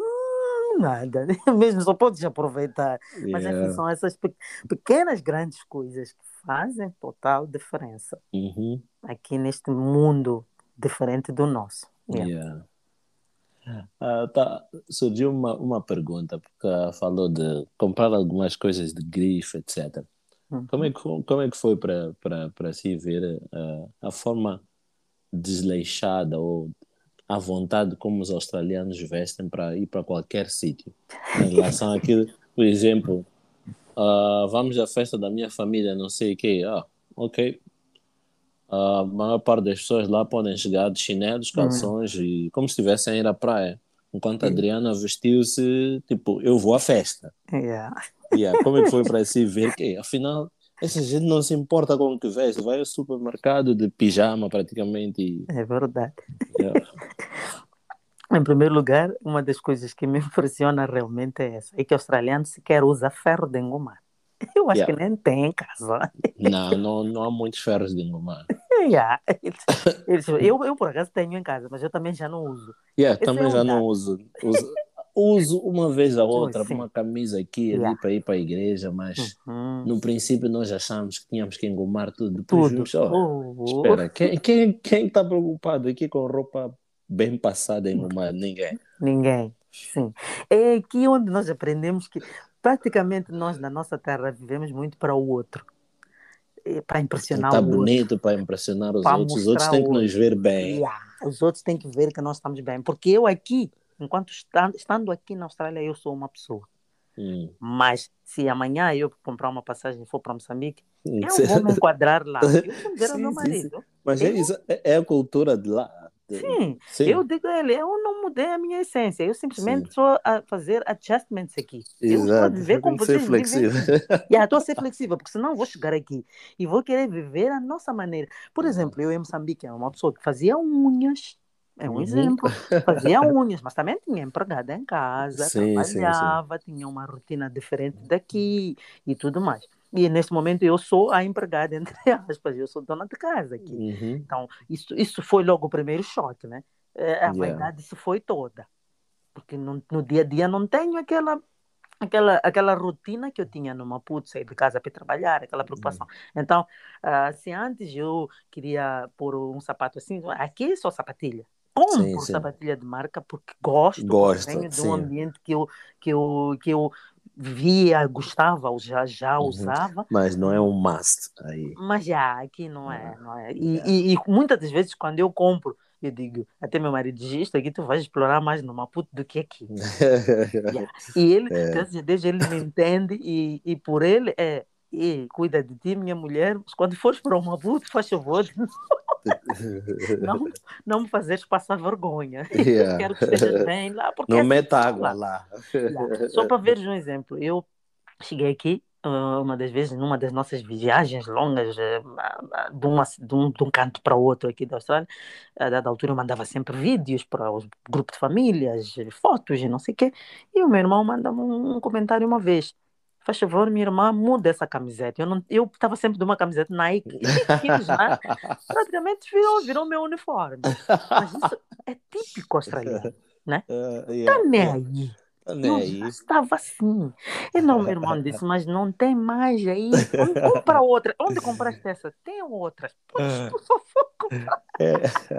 nada, mesmo só podes aproveitar. Mas enfim, Yeah. são essas pequenas, grandes coisas que fazem total diferença Uhum. aqui neste mundo diferente do nosso. Yeah. Yeah. Tá. Surgiu uma pergunta, porque falou de comprar algumas coisas de grife, etc. Uhum. Como é que foi para si ver a forma desleixada ou à vontade como os australianos vestem para ir para qualquer sítio? Em relação àquilo, por exemplo, vamos à festa da minha família, não sei o quê. Ok. A maior parte das pessoas lá podem chegar de chinelos, Hum. calções e como se estivessem a ir à praia. Enquanto a Adriana vestiu-se, tipo, eu vou à festa. Yeah. Yeah, como é que foi para si ver que, afinal, essa gente não se importa com o que veste, vai ao supermercado de pijama praticamente e. É verdade. Yeah. Em primeiro lugar, uma das coisas que me impressiona realmente é essa, é que o australiano sequer usa ferro de engomar. Eu acho que Yeah. nem tem em casa. Não há muitos ferros de engomar. Yeah. Eu, por acaso, tenho em casa, mas eu também já não uso. Yeah, Esse também é um já não dado. uso uma vez a Pois outra, sim. uma camisa aqui e ali Yeah. para ir para a igreja, mas Uhum. no princípio nós achamos que tínhamos que engomar tudo. Depois Tudo. vimos, espera, quem está preocupado aqui com roupa bem passada engomada? Ninguém. Ninguém. Sim. É aqui onde nós aprendemos que praticamente nós, na nossa terra, vivemos muito para o outro. Para Tem que impressionar estar o outro. bonito para impressionar Para os outros mostrar ao têm que nos outro. ver bem. Yeah. Os outros têm que ver que nós estamos bem. Porque eu aqui, enquanto estando aqui na Austrália, eu sou uma pessoa. Hum. Mas se amanhã eu comprar uma passagem e for para Moçambique, eu vou me enquadrar lá. Eu vou dizer ao meu Sim, sim, sim. marido, Mas é eu isso, é a cultura de lá. sim, eu Sim, digo a ele, eu não mudei a minha essência, eu simplesmente sim. estou a fazer adjustments aqui. Eu estou a Exato, viver tem como que ser vocês vivem flexível. aqui. E estou a ser flexível, porque senão eu vou chegar aqui e vou querer viver a nossa maneira. Por exemplo, eu em Moçambique era uma pessoa que fazia unhas, é um Uhum. exemplo, fazia unhas, mas também tinha empregada em casa, Sim, sim, sim. trabalhava, tinha uma rotina diferente daqui e tudo mais. E neste momento eu sou a empregada, entre aspas, eu sou dona de casa aqui. Uhum. Então, isso foi logo o primeiro choque, né? A Yeah. vaidade se foi toda. Porque no dia a dia não tenho aquela rotina que eu tinha no Maputo, sair de casa para ir trabalhar, aquela preocupação. Então, se antes eu queria pôr um sapato assim, aqui é só sapatilha. Sim, Compro sim. sapatilha de marca porque gosto, porque Gosta, venho de um sim. ambiente que eu via, gostava, ou já Uhum. usava, Mas não é um must aí. mas já, aqui não é, Ah, não é. yeah. E muitas das vezes, quando eu compro, eu digo, até meu marido diz, isto aqui tu vais explorar mais no Maputo do que aqui. Yeah. E ele, É. graças a Deus, ele me entende e por ele cuida de ti, minha mulher, mas quando fores para o Maputo, faz favor, de não, não me fazeres passar vergonha. Eu Yeah. quero que estejas bem lá, porque é Não assim que meta são água lá. lá. Yeah. Só para veres um exemplo, eu cheguei aqui uma das vezes, numa das nossas viagens longas, de um canto para o outro aqui da Austrália, a dada altura eu mandava sempre vídeos para os grupos de famílias, fotos e não sei o quê, e o meu irmão manda-me um comentário uma vez. Faz favor, minha irmã, muda essa camiseta. Eu estava sempre de uma camiseta Nike, que já praticamente virou meu uniforme. Mas isso é típico australiano, né? Yeah, Tá nem yeah. aí. Tá nem Eu já aí. estava assim. E não, meu irmão disse, mas não tem mais aí. Compra outra. Onde compraste essa? Tem outras. Pois, por favor, É,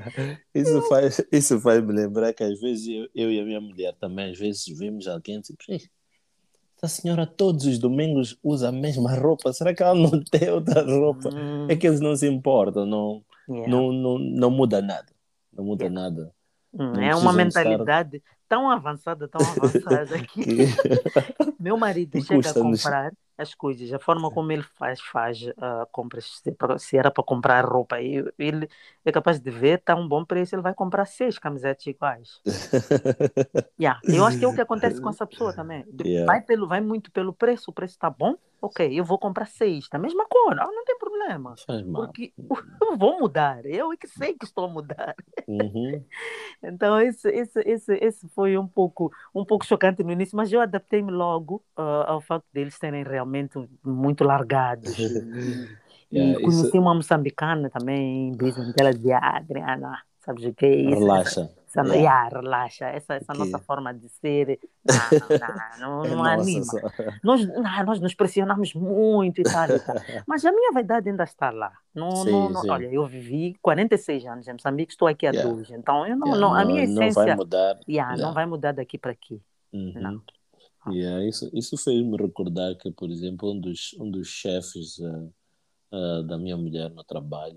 isso faz me lembrar que às vezes eu e a minha mulher também, às vezes vemos alguém tipo, "Ih, essa senhora todos os domingos usa a mesma roupa, será que ela não tem outra roupa? É Hum, que eles não se importam, yeah, não muda nada, não muda yeah. nada, não É uma precisam de estar mentalidade tão avançada que que, meu marido que chega a custa-nos. comprar as coisas, a forma como ele faz compras, se era para comprar roupa, ele é capaz de ver, está um bom preço, ele vai comprar 6 camisetas iguais. Yeah. Eu acho que é o que acontece com essa pessoa também. Yeah, Vai muito pelo preço, o preço está bom, ok, eu vou comprar 6, da mesma cor, não tem problema, faz mal. porque eu vou mudar, eu é que sei que estou a mudar. Uhum. Então, esse foi um pouco chocante no início, mas eu adaptei-me logo ao facto deles serem realmente muito largados. E Yeah, isso conheci uma moçambicana também, business, ela dizia, Adriana, sabes o que é isso? relaxa. Yeah, Yeah, relaxa, essa nossa que forma de ser, não, é não nossa anima. só. Nós nos pressionamos muito e tal e tal. Mas a minha vaidade ainda está lá. Sim, sim. Olha, eu vivi 46 anos em Moçambique, estou aqui há Yeah, 2. Então, yeah, a minha não vai essência, mudar. yeah, não Yeah. vai mudar daqui para aqui. Não. Uhum. Yeah, isso fez-me recordar que, por exemplo, um dos chefes da minha mulher no trabalho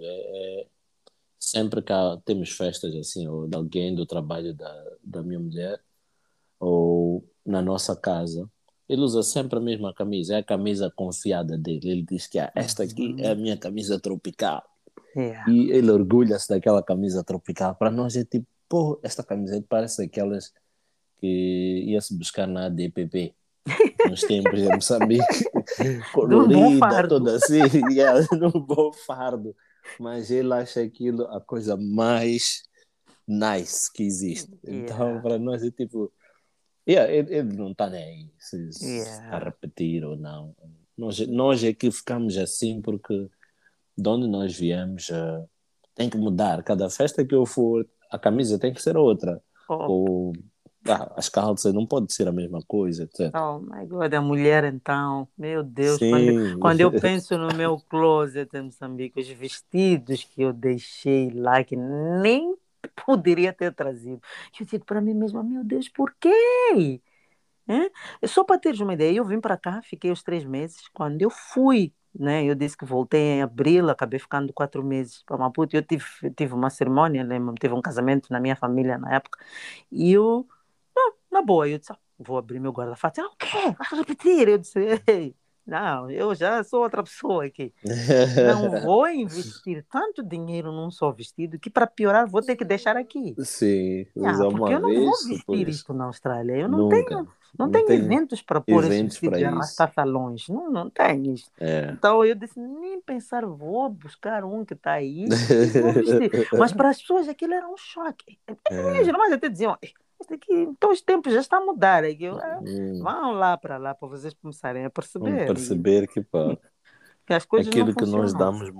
sempre que temos festas assim, ou de alguém do trabalho da minha mulher, ou na nossa casa, ele usa sempre a mesma camisa, é a camisa confiada dele. Ele diz que esta aqui é a Uhum. minha camisa tropical. Yeah. E ele orgulha-se daquela camisa tropical. Para nós é tipo, pô, esta camiseta parece aquelas que ia-se buscar na DPP nos tempos em Moçambique, De um bom colorida, fardo. toda assim, e ela num bom fardo. Mas ele acha aquilo a coisa mais nice que existe. Então, Yeah. para nós é tipo, yeah, ele não está nem aí se está a Yeah. repetir ou não. Nós é que ficamos assim porque de onde nós viemos tem que mudar. Cada festa que eu for, a camisa tem que ser outra. Oh, Ou as calças não pode ser a mesma coisa, etc. oh my God, a mulher então, meu Deus, Sim, quando eu penso no meu closet em Moçambique, os vestidos que eu deixei lá, que nem poderia ter trazido, eu digo para mim mesma, meu Deus, por quê? Só para teres uma ideia, eu vim para cá, fiquei os 3 meses. Quando eu fui, né, eu disse que voltei em abril, acabei ficando 4 meses para Maputo. Tive uma cerimônia, lembro, tive um casamento na minha família na época. E eu, na boa, eu disse, vou abrir meu guarda-fato. O quê? Vai repetir? Eu disse, ei, não, eu já sou outra pessoa aqui. Não vou investir tanto dinheiro num só vestido que, para piorar, vou ter que deixar aqui. sim, usa Porque uma eu não vou vez, vestir depois isto na Austrália. Eu nunca. não Não tenho tem eventos para pôr esse eventos vestido para e isso. arrastar salões. Não, não tenho isto. É. Então eu disse, nem pensar, vou buscar um que está aí e vou vestir. Mas para as pessoas aquilo era um choque. As minhas É. irmãs até diziam, este aqui, então os tempos já estão a mudar. Hum, Vão lá para vocês começarem a vamos perceber perceber que pá, que as coisas não aquilo que nós funcionam. damos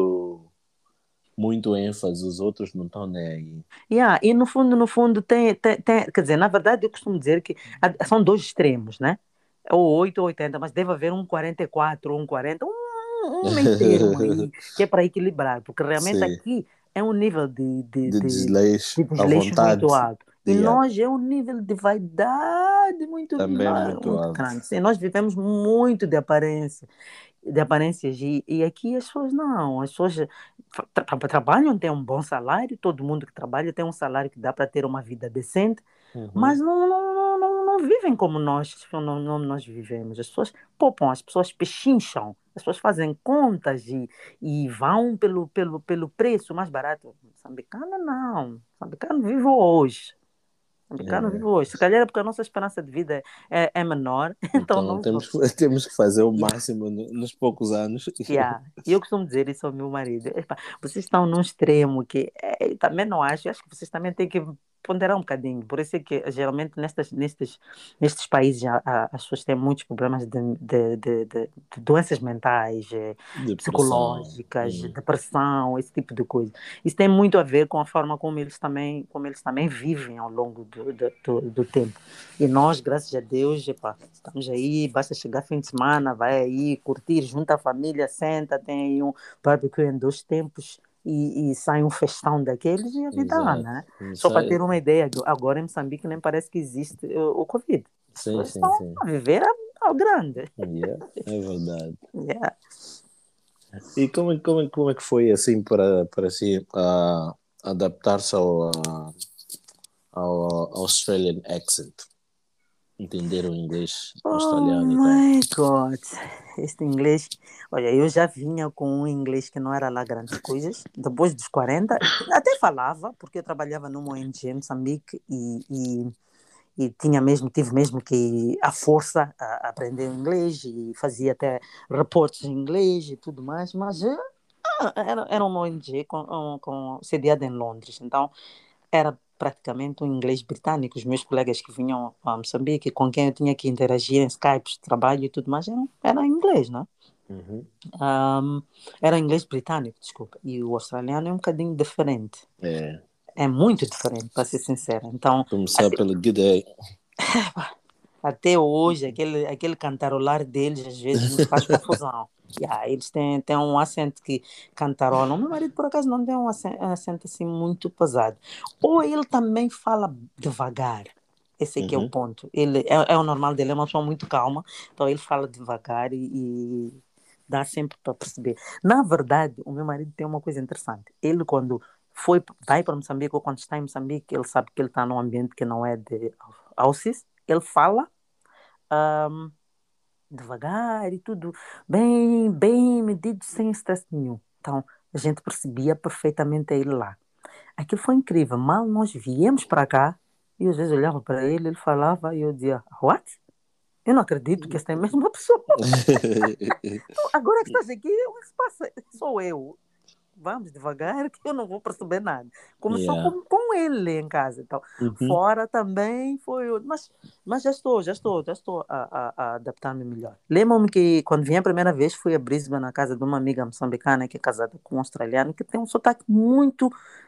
muito ênfase, os outros não estão nem aí. Yeah, e no fundo, quer dizer, na verdade, eu costumo dizer que são dois extremos, né? Ou 8 ou 80, mas deve haver um 44 ou um 40, um meio termo aí, que é para equilibrar, porque realmente Sim, aqui é um nível de desleixo de à desleixo muito vontade. alto. E Yeah, nós é um nível de vaidade também é muito muito alto. grande. Sim, nós vivemos muito de aparências. E aqui as pessoas não, as pessoas trabalham, têm um bom salário, todo mundo que trabalha tem um salário que dá para ter uma vida decente, mas Uhum. não vivem como nós vivemos. As pessoas poupam, as pessoas pechincham, as pessoas fazem contas e vão pelo preço mais barato. Moçambicano não, moçambicano vive hoje. Moçambicano vive É. hoje. Se calhar é porque a nossa esperança de vida é menor, então Então não. temos que fazer o Yeah. máximo nos poucos anos. Yeah. E eu costumo dizer isso ao meu marido. Epá, vocês estão num extremo que também não acho. Eu acho que vocês também têm que ponderar um bocadinho. Por isso é que geralmente nestes países as pessoas têm muitos problemas de doenças mentais, Depressão. psicológicas, depressão, esse tipo de coisa. Isso tem muito a ver com a forma como eles também vivem ao longo do tempo. E nós, graças a Deus, epá, estamos aí, basta chegar fim de semana, vai aí curtir, junta a família, senta, tem aí um barbecue em 2 tempos. e sai um festão daqueles e a vida anda, Exato. né? Só para Sai... ter uma ideia, agora em Moçambique nem parece que existe o Covid. As Sim, pessoas sim, estão sim. a viver ao grande. Yeah, é verdade. Yeah. E como é que foi assim para si adaptar-se ao Australian accent? Entender o inglês Oh australiano e tal. my God! Este inglês, olha, eu já vinha com um inglês que não era lá grandes coisas. Depois dos 40, até falava, porque eu trabalhava numa ONG em Moçambique e tive mesmo que, à força, aprender o inglês e fazia até reportes em inglês e tudo mais, mas era uma ONG com sediada em Londres, então era praticamente um inglês britânico. Os meus colegas que vinham a Moçambique, com quem eu tinha que interagir em Skype, de trabalho e tudo mais, era inglês, não é? Uhum. Era inglês britânico, desculpa. E o australiano é um bocadinho diferente. É, É muito diferente, para ser sincera. Então, começar pelo good day. até hoje, aquele cantarolar deles às vezes me faz confusão. Yeah, eles têm um acento que cantarolam. Meu marido, por acaso, não tem um acento assim muito pesado. Ou ele também fala devagar. Esse aqui é o Uhum. ponto. Ele é o normal dele, é uma pessoa muito calma. Então ele fala devagar e dá sempre para perceber. Na verdade, o meu marido tem uma coisa interessante. Ele, quando vai para Moçambique ou quando está em Moçambique, ele sabe que ele está num ambiente que não é de Aussies. Ele fala ahm, devagar e tudo bem medido, sem stress nenhum. Então, a gente percebia perfeitamente ele lá. Aquilo foi incrível. Mal nós viemos para cá, e às vezes eu olhava para ele, ele falava, e eu dizia, what? Eu não acredito que esta é a mesma pessoa. Então, agora que estás aqui, o que se passa? Sou eu. Vamos devagar, que eu não vou perceber nada. Começou Yeah. com ele em casa. Então, Uhum. fora também foi. Mas já estou a adaptar-me melhor. Lembro-me que quando vim a primeira vez, fui a Brisbane, na casa de uma amiga moçambicana que é casada com um australiano, que tem um sotaque muito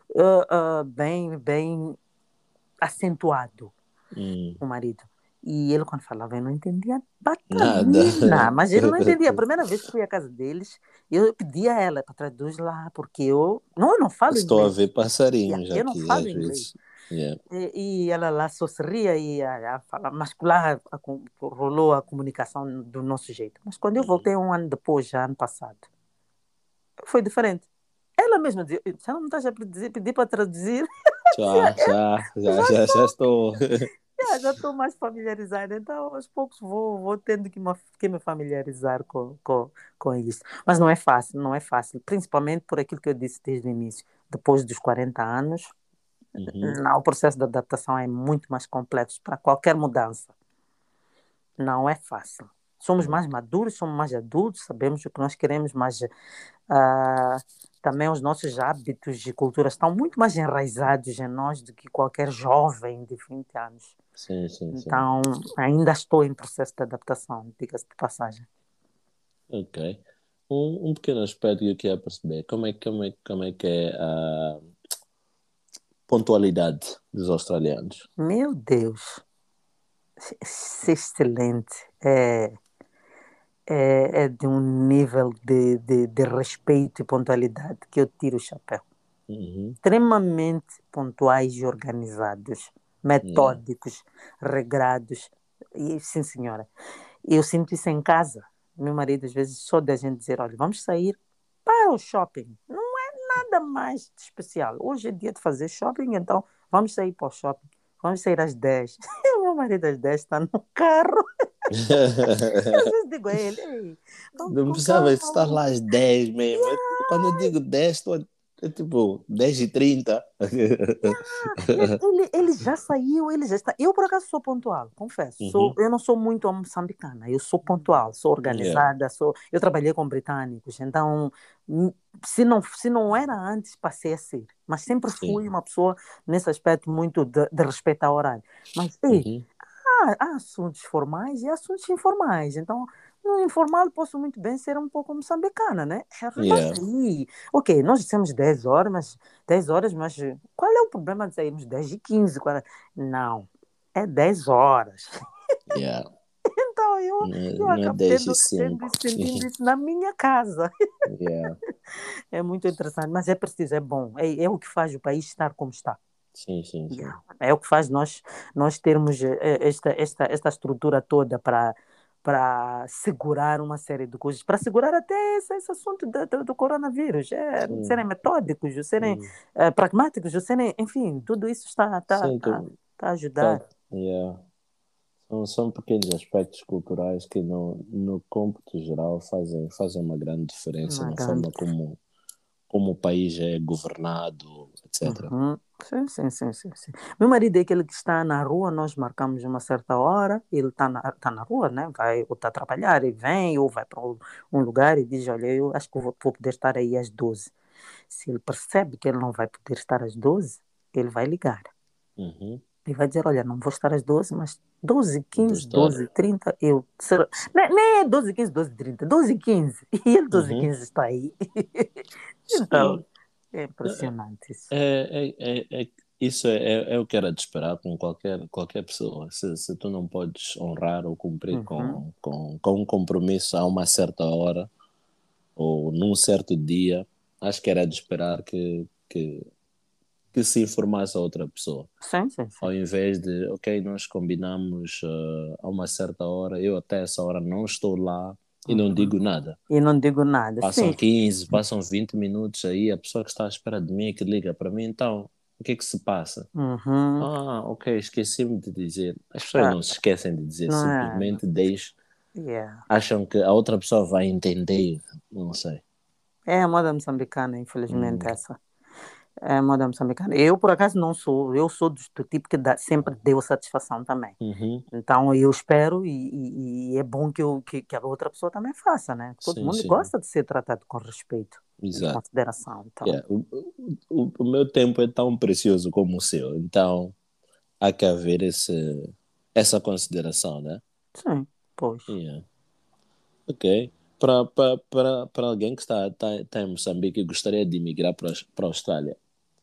bem acentuado, Hum. o marido. E ele, quando falava, eu não entendia Nada. batalina, mas ele não entendia. A primeira vez que fui à casa deles, eu pedi a ela para traduzir lá, porque eu não falo Estou a inglês. ver Yeah, passarinhos eu não aqui falo às inglês. vezes. Yeah. E ela lá só se ria e a falar, mascular, rolou a comunicação do nosso jeito. Mas quando eu Uhum. voltei um ano depois, já ano passado, foi diferente. Ela mesma dizia, já não me estás a pedir para traduzir? Já, já, já, Já já, já estou. já estou mais familiarizada, então aos poucos vou tendo que me familiarizar com isso. Mas não é fácil, não é fácil, principalmente por aquilo que eu disse desde o início. Depois dos 40 anos, Uhum. não, o processo de adaptação é muito mais complexo para qualquer mudança. Não é fácil. Somos mais maduros, somos mais adultos, sabemos o que nós queremos, mas ah, também os nossos hábitos e culturas estão muito mais enraizados em nós do que qualquer jovem de 20 anos. Sim, sim, sim. Então, ainda estou em processo de adaptação, diga-se de passagem. Ok. Um pequeno aspecto que eu quero perceber. Como é que é a pontualidade dos australianos? Meu Deus, isso é excelente. É de um nível de respeito e pontualidade que eu tiro o chapéu. Uhum. Extremamente pontuais e organizados, Yeah. metódicos, regrados. E, sim, senhora. Eu sinto isso em casa. Meu marido, às vezes, só da gente dizer: olha, vamos sair para o shopping. Não é nada mais de especial. Hoje é dia de fazer shopping, então vamos sair para o shopping. Vamos sair às 10. E o meu marido, às 10, está no carro. Eu às vezes digo a ele: ei, vamos Não com precisava calma. estar lá às 10 mesmo. Quando eu digo 10, é tipo 10h30. Ele já saiu, ele já está. Eu, por acaso, sou pontual, confesso. Uhum. Eu não sou muito a moçambicana, eu sou pontual, sou Yeah. organizada, eu trabalhei com britânicos, então, se não era antes, passei a ser. Mas sempre fui Sim. uma pessoa, nesse aspecto, muito de respeitar o horário. Mas, ei, Uhum. há assuntos formais e assuntos informais. Então, no informal, posso muito bem ser um pouco moçambicana, né? Vamos Yeah. sair. Ok, nós dissemos 10 horas, mas qual é o problema de sairmos 10h15? Não, é 10 horas. Yeah. Então, eu Não é acabo 10 e tendo isso, 5. sentindo isso na minha casa. Yeah. É muito interessante, mas é preciso, é bom. É o que faz o país estar como está. Sim, sim, sim. Yeah. É o que faz nós termos esta estrutura toda para segurar uma série de coisas, para segurar até esse assunto do coronavírus, Sim, serem metódicos, serem sim. pragmáticos, serem, enfim, tudo isso Sim, está a tá, ajudar. yeah. São pequenos aspectos culturais que no cômputo geral fazem uma grande diferença Uma na grande. forma como o país é governado, etc. Uhum. Sim, sim, sim, sim, sim. Meu marido é aquele que está na rua, nós marcamos uma certa hora, ele está na rua, né? Vai ou está a trabalhar e vem, ou vai para um lugar e diz, olha, eu acho que vou poder estar aí às 12. Se ele percebe que ele não vai poder estar às 12, ele vai ligar. Uhum. E vai dizer, olha, não vou estar às 12, mas 12 Vou 15 estar. 12 30 eu... Nem é 12 15 12 30 12 15 E ele 12 Uhum. 15 está aí. Então, Sim, é impressionante isso. isso é o que era de esperar com qualquer pessoa. Se tu não podes honrar ou cumprir Uhum. com um compromisso a uma certa hora ou num certo dia, acho que era de esperar que se informasse a outra pessoa. Sim, sim, sim. Ao invés de, ok, nós combinamos a uma certa hora, eu até essa hora não estou lá e não Uhum. digo nada. E não digo nada. Passam Sim. 15, passam 20 minutos aí, a pessoa que está à espera de mim é que liga para mim, então, o que é que se passa? Uhum. Ah, ok, esqueci-me de dizer. As pessoas Ah, não se esquecem de dizer, não é? Não. simplesmente Yeah. acham que a outra pessoa vai entender, não sei. É a moda moçambicana, Hum, infelizmente, essa. É a moda moçambicana. Eu, por acaso, não sou. Eu sou do tipo que sempre deu satisfação também. uhum, Então, eu espero e é bom que a outra pessoa também faça, né? Todo sim, mundo sim, gosta de ser tratado com respeito e exato. consideração. Então, Yeah, o meu tempo é tão precioso como o seu, então há que haver essa consideração, né? sim, pois. Yeah. Ok. Para alguém que está em Moçambique e gostaria de migrar para a Austrália,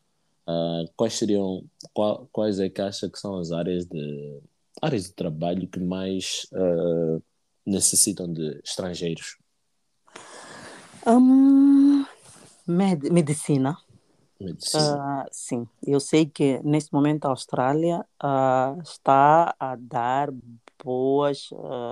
quais é que acha que são as áreas de trabalho que mais necessitam de estrangeiros? Hum, medicina. Medicina. Sim, eu sei que neste momento a Austrália está a dar boas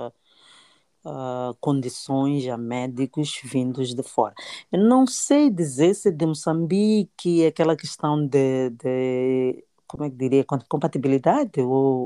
condições a médicos vindos de fora. Eu não sei dizer se de Moçambique aquela questão como é que diria, compatibilidade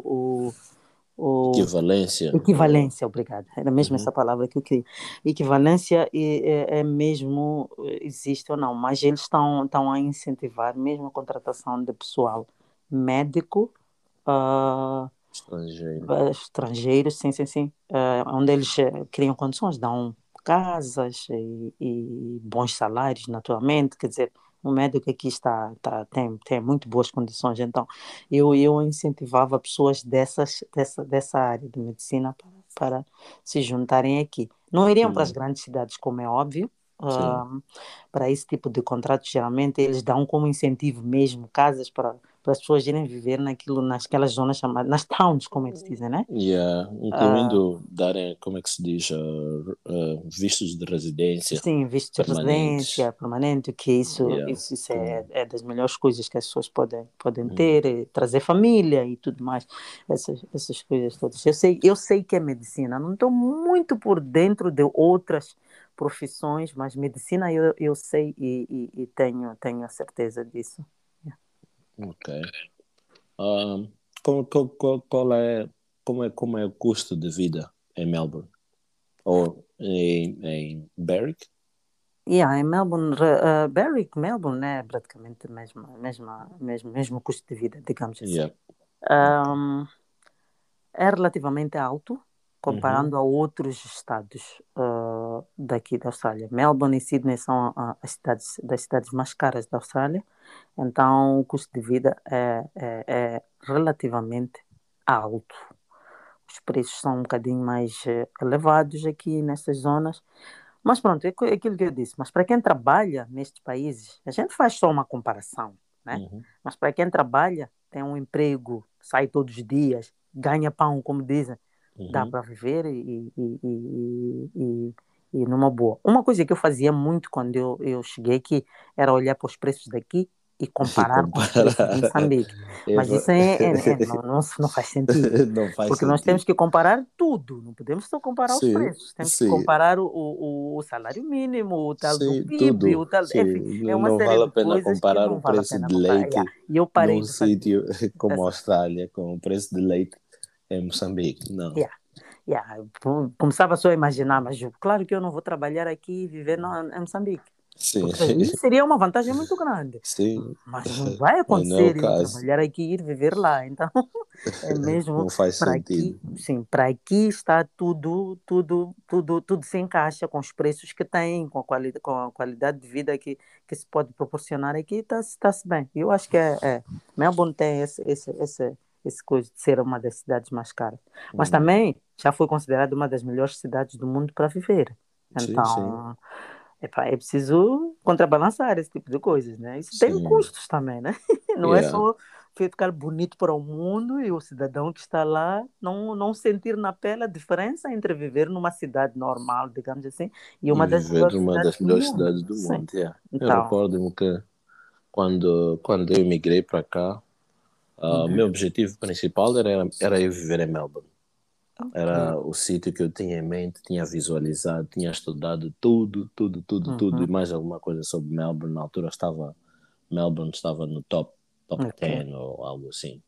ou Equivalência. equivalência, obrigada. Era mesmo Uhum, essa palavra que eu queria. Equivalência é mesmo, existe ou não, mas eles estão a incentivar mesmo a contratação de pessoal médico, ah, estrangeiro. estrangeiros, sim, sim, sim, onde eles criam condições, dão casas e bons salários, naturalmente, quer dizer, o médico aqui tem muito boas condições, então eu incentivava pessoas dessa área de medicina para se juntarem aqui. Não iriam para as Hum, grandes cidades, como é óbvio, sim. para esse tipo de contrato, geralmente eles dão como incentivo mesmo casas para as pessoas irem viver nasquelas zonas chamadas, nas towns, como eles dizem, né? Yeah, Ah, incluindo darem, como é que se diz, vistos de residência sim, visto de permanentes. residência permanente, que isso, Yeah, isso, isso com, é das melhores coisas que as pessoas podem hum, ter, trazer família e tudo mais, essas coisas todas. Eu sei que é medicina, não estou muito por dentro de outras profissões, mas medicina eu sei e tenho a certeza disso. ok. Ah, como é o custo de vida em Melbourne? Ou em Berwick? Yeah, em Melbourne, Berwick, Melbourne é praticamente mesmo custo de vida, digamos assim. Yeah. Ok. Um, É relativamente alto Uhum. comparando a outros estados daqui da Austrália. Melbourne e Sydney são as das cidades mais caras da Austrália, então o custo de vida é relativamente alto. Os preços são um bocadinho mais elevados aqui nessas zonas. Mas pronto, é aquilo que eu disse. Mas para quem trabalha nestes países, a gente faz só uma comparação, né? Uhum. Mas para quem trabalha, tem um emprego, sai todos os dias, ganha pão, como dizem, dá Uhum. para viver e numa boa. Uma coisa que eu fazia muito quando eu cheguei aqui era olhar para os preços daqui e E comparar com os preços de comparar. Moçambique. É, Mas isso não faz sentido. não faz Porque nós temos sentido. que comparar tudo, não podemos só comparar os Sim, preços, temos que sim, comparar o salário mínimo, o tal do sim, PIB, tudo. o tal, Sim. enfim, é uma Não série vale a de pena coisas que comparar não o vale a preço pena de comparar. Yeah. leite E eu parei num de fazer sítio como a essa. Austrália, com o preço de leite em Moçambique. Não. Yeah. Yeah. Começava só a imaginar, mas claro que eu não vou trabalhar aqui e viver em Moçambique. Sim, Porque aí seria uma vantagem muito grande. sim. Mas não vai Mas não é o acontecer eu caso. trabalhar aqui e ir viver lá. Então, é mesmo Não faz para aqui, sentido. sim, para aqui está tudo se encaixa com os preços que tem, com a qualidade de vida que se pode proporcionar aqui, está-se bem. Eu acho que Melbourne tem esse coisa de ser uma das cidades mais caras. Mas também já foi considerada uma das melhores cidades do mundo para viver. Sim, sim, Então, epá, é preciso contrabalançar esse tipo de coisas, né? Isso tem sim. custos também, né? Não é Yeah. só ficar bonito para o mundo e o cidadão que está lá não sentir na pele a diferença entre viver numa cidade normal, digamos assim, e E uma das viver melhores numa cidades das do melhores mundo. cidades do Sim. mundo. Yeah. Eu Então, recordo-me que quando eu emigrei para cá, o uhum. meu objetivo principal era ir viver em Melbourne. Ok. Era o sítio que eu tinha em mente, tinha visualizado, tinha estudado tudo, tudo, tudo, tudo e Uhum. mais alguma coisa sobre Melbourne. Na altura Melbourne estava no top Ok. 10 ou algo assim.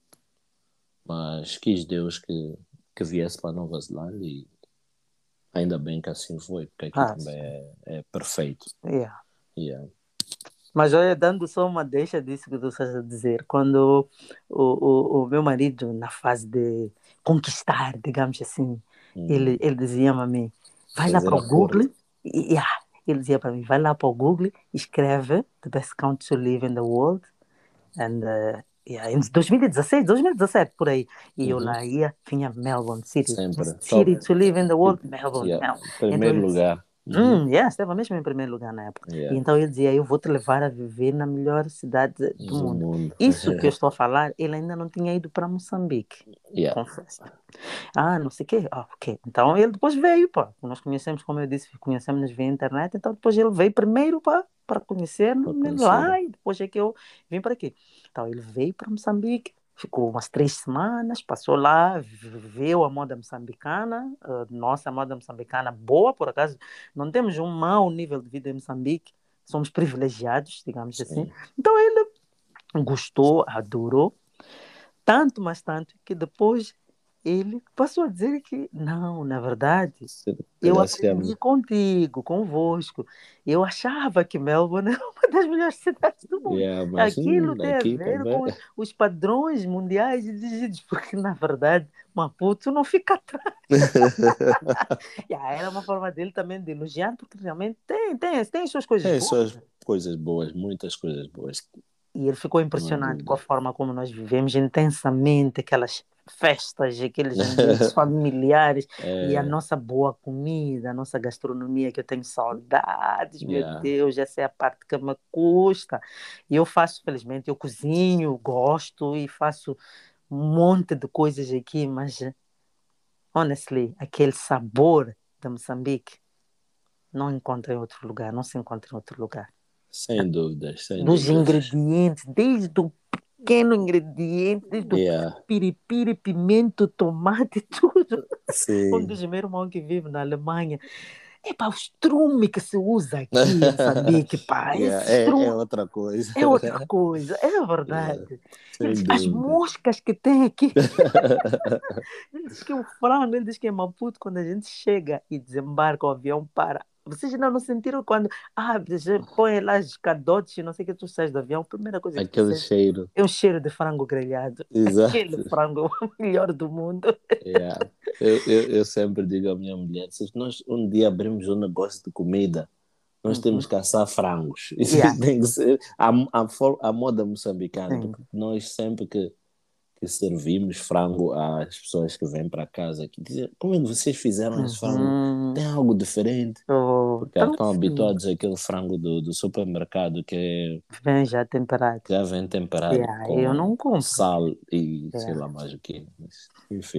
Mas quis Deus que viesse para Nova Zelândia e ainda bem que assim foi, porque aqui Ah, também sim. é perfeito. Yeah. Yeah. Mas olha, dando só uma deixa disso que tu estás a dizer, quando o meu marido, na fase de conquistar, digamos assim, Hum. ele dizia-me a mim, vai lá Fazer para o acordo. Google, ele dizia para mim, vai lá para o Google, escreve The Best Country to Live in the World, and, em 2016, 2017, por aí, e eu Uhum. lá ia, vinha Melbourne City, Sempre. Best Top. City to Live in the World, Tipo, Melbourne, yeah. Melbourne. Então Primeiro ele disse, lugar. Uhum. estava mesmo em primeiro lugar na época. E Yeah. então ele dizia: Eu vou te levar a viver na melhor cidade do Do mundo. mundo. Isso que eu estou a falar, ele ainda não tinha ido para Moçambique, Yeah. confesso. Ah, não sei o quê. Ah, ok. Então ele depois veio, pá. Nós conhecemos, como eu disse, conhecemos via internet. Então depois ele veio primeiro para conhecer Para conhecer. lá e depois é que eu vim para aqui. Então ele veio para Moçambique. Ficou umas 3 semanas, passou lá, viveu a moda moçambicana, nossa moda moçambicana boa, por acaso. Não temos um mau nível de vida em Moçambique, somos privilegiados, digamos assim. Sim. Então ele gostou, adorou, tanto, mas tanto, que depois ele passou a dizer que, não, na verdade, Se eu calhar se aprendi contigo, convosco. Eu achava que Melbourne era uma das melhores cidades do mundo. yeah, mas Aquilo tem a aqui ver também. com os padrões mundiais exigidos, porque, na verdade, Maputo não fica atrás. Era uma forma dele também de elogiar, porque realmente tem as suas coisas Tem boas. suas coisas boas, muitas coisas boas, E ele ficou não há impressionado com a dúvida. forma como nós vivemos intensamente aquelas festas, aqueles ambientes familiares e a É, nossa boa comida, a nossa gastronomia, que eu tenho saudades, meu yeah. Deus, essa é a parte que me custa. E eu faço, felizmente, eu cozinho, gosto e faço um monte de coisas aqui, mas, honestly, aquele sabor de Moçambique não encontra em outro lugar, não se encontra em outro lugar. Sem dúvidas, sem Dos dúvidas. ingredientes, desde o pequeno ingrediente, desde o Yeah. piripiri, pimento, tomate, tudo. Um Sim. dos meus irmãos que vive na Alemanha. É para o estrume que se usa aqui em Moçambique, pá. Yeah, Esse é estrume outra coisa. é outra coisa, é Yeah, verdade. Ele sem diz, as dúvida. moscas que tem aqui. Ele diz que o frango, ele diz que em Maputo, quando a gente chega e desembarca, o avião para. Vocês ainda não sentiram quando você põe lá os cadotes e não sei o que tu sais do avião, a primeira coisa que tu Aquele sentes cheiro. é um cheiro de frango grelhado. Aquele Exato. frango é o melhor do mundo. Yeah. Eu sempre digo à minha mulher, se nós um dia abrimos um negócio de comida, nós temos Uhum. que assar frangos. Isso Yeah, tem que ser a moda moçambicana, sim. porque nós sempre que servimos frango às pessoas que vêm para casa, que dizem, como é que vocês fizeram esse frango? Uhum. Tem algo diferente? Oh, Porque então, estão sim. habituados àquele frango do supermercado que Vem já temperado. já vem temperado Yeah, eu com não compro. sal e sei Yeah. lá mais o quê. Mas, enfim.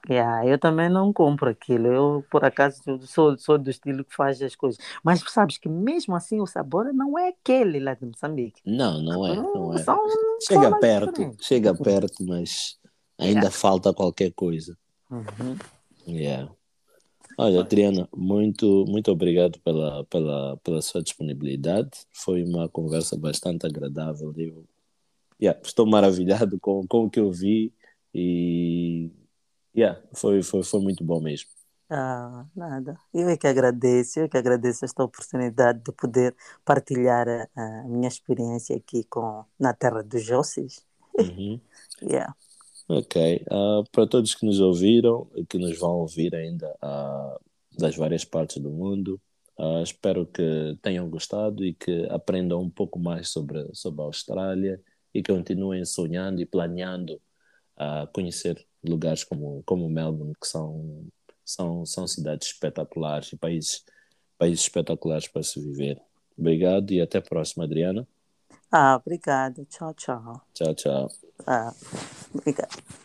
Yeah, eu também não compro aquilo. Eu, por acaso, sou do estilo que faz as coisas. Mas sabes que mesmo assim o sabor não é aquele lá de Moçambique. Não, não é, não é. São formas diferentes. Chega perto, mas Yeah. ainda falta qualquer coisa. Uhum. Yeah. Olha, Adriana, muito obrigado pela sua disponibilidade. Foi uma conversa bastante agradável. Estou maravilhado com o que eu vi e foi muito bom mesmo. Ah, nada. Eu é que agradeço esta oportunidade de poder partilhar a minha experiência aqui na terra dos Jossis. Uhum. Yeah. Ok. Para todos que nos ouviram e que nos vão ouvir ainda das várias partes do mundo, espero que tenham gostado e que aprendam um pouco mais sobre a Austrália e que continuem sonhando e planeando conhecer lugares como Melbourne, que são cidades espetaculares e países espetaculares para se viver. Obrigado e até a próxima, Adriana. Ah, obrigada. Tchau, tchau. Tchau, tchau. Ah, obrigada.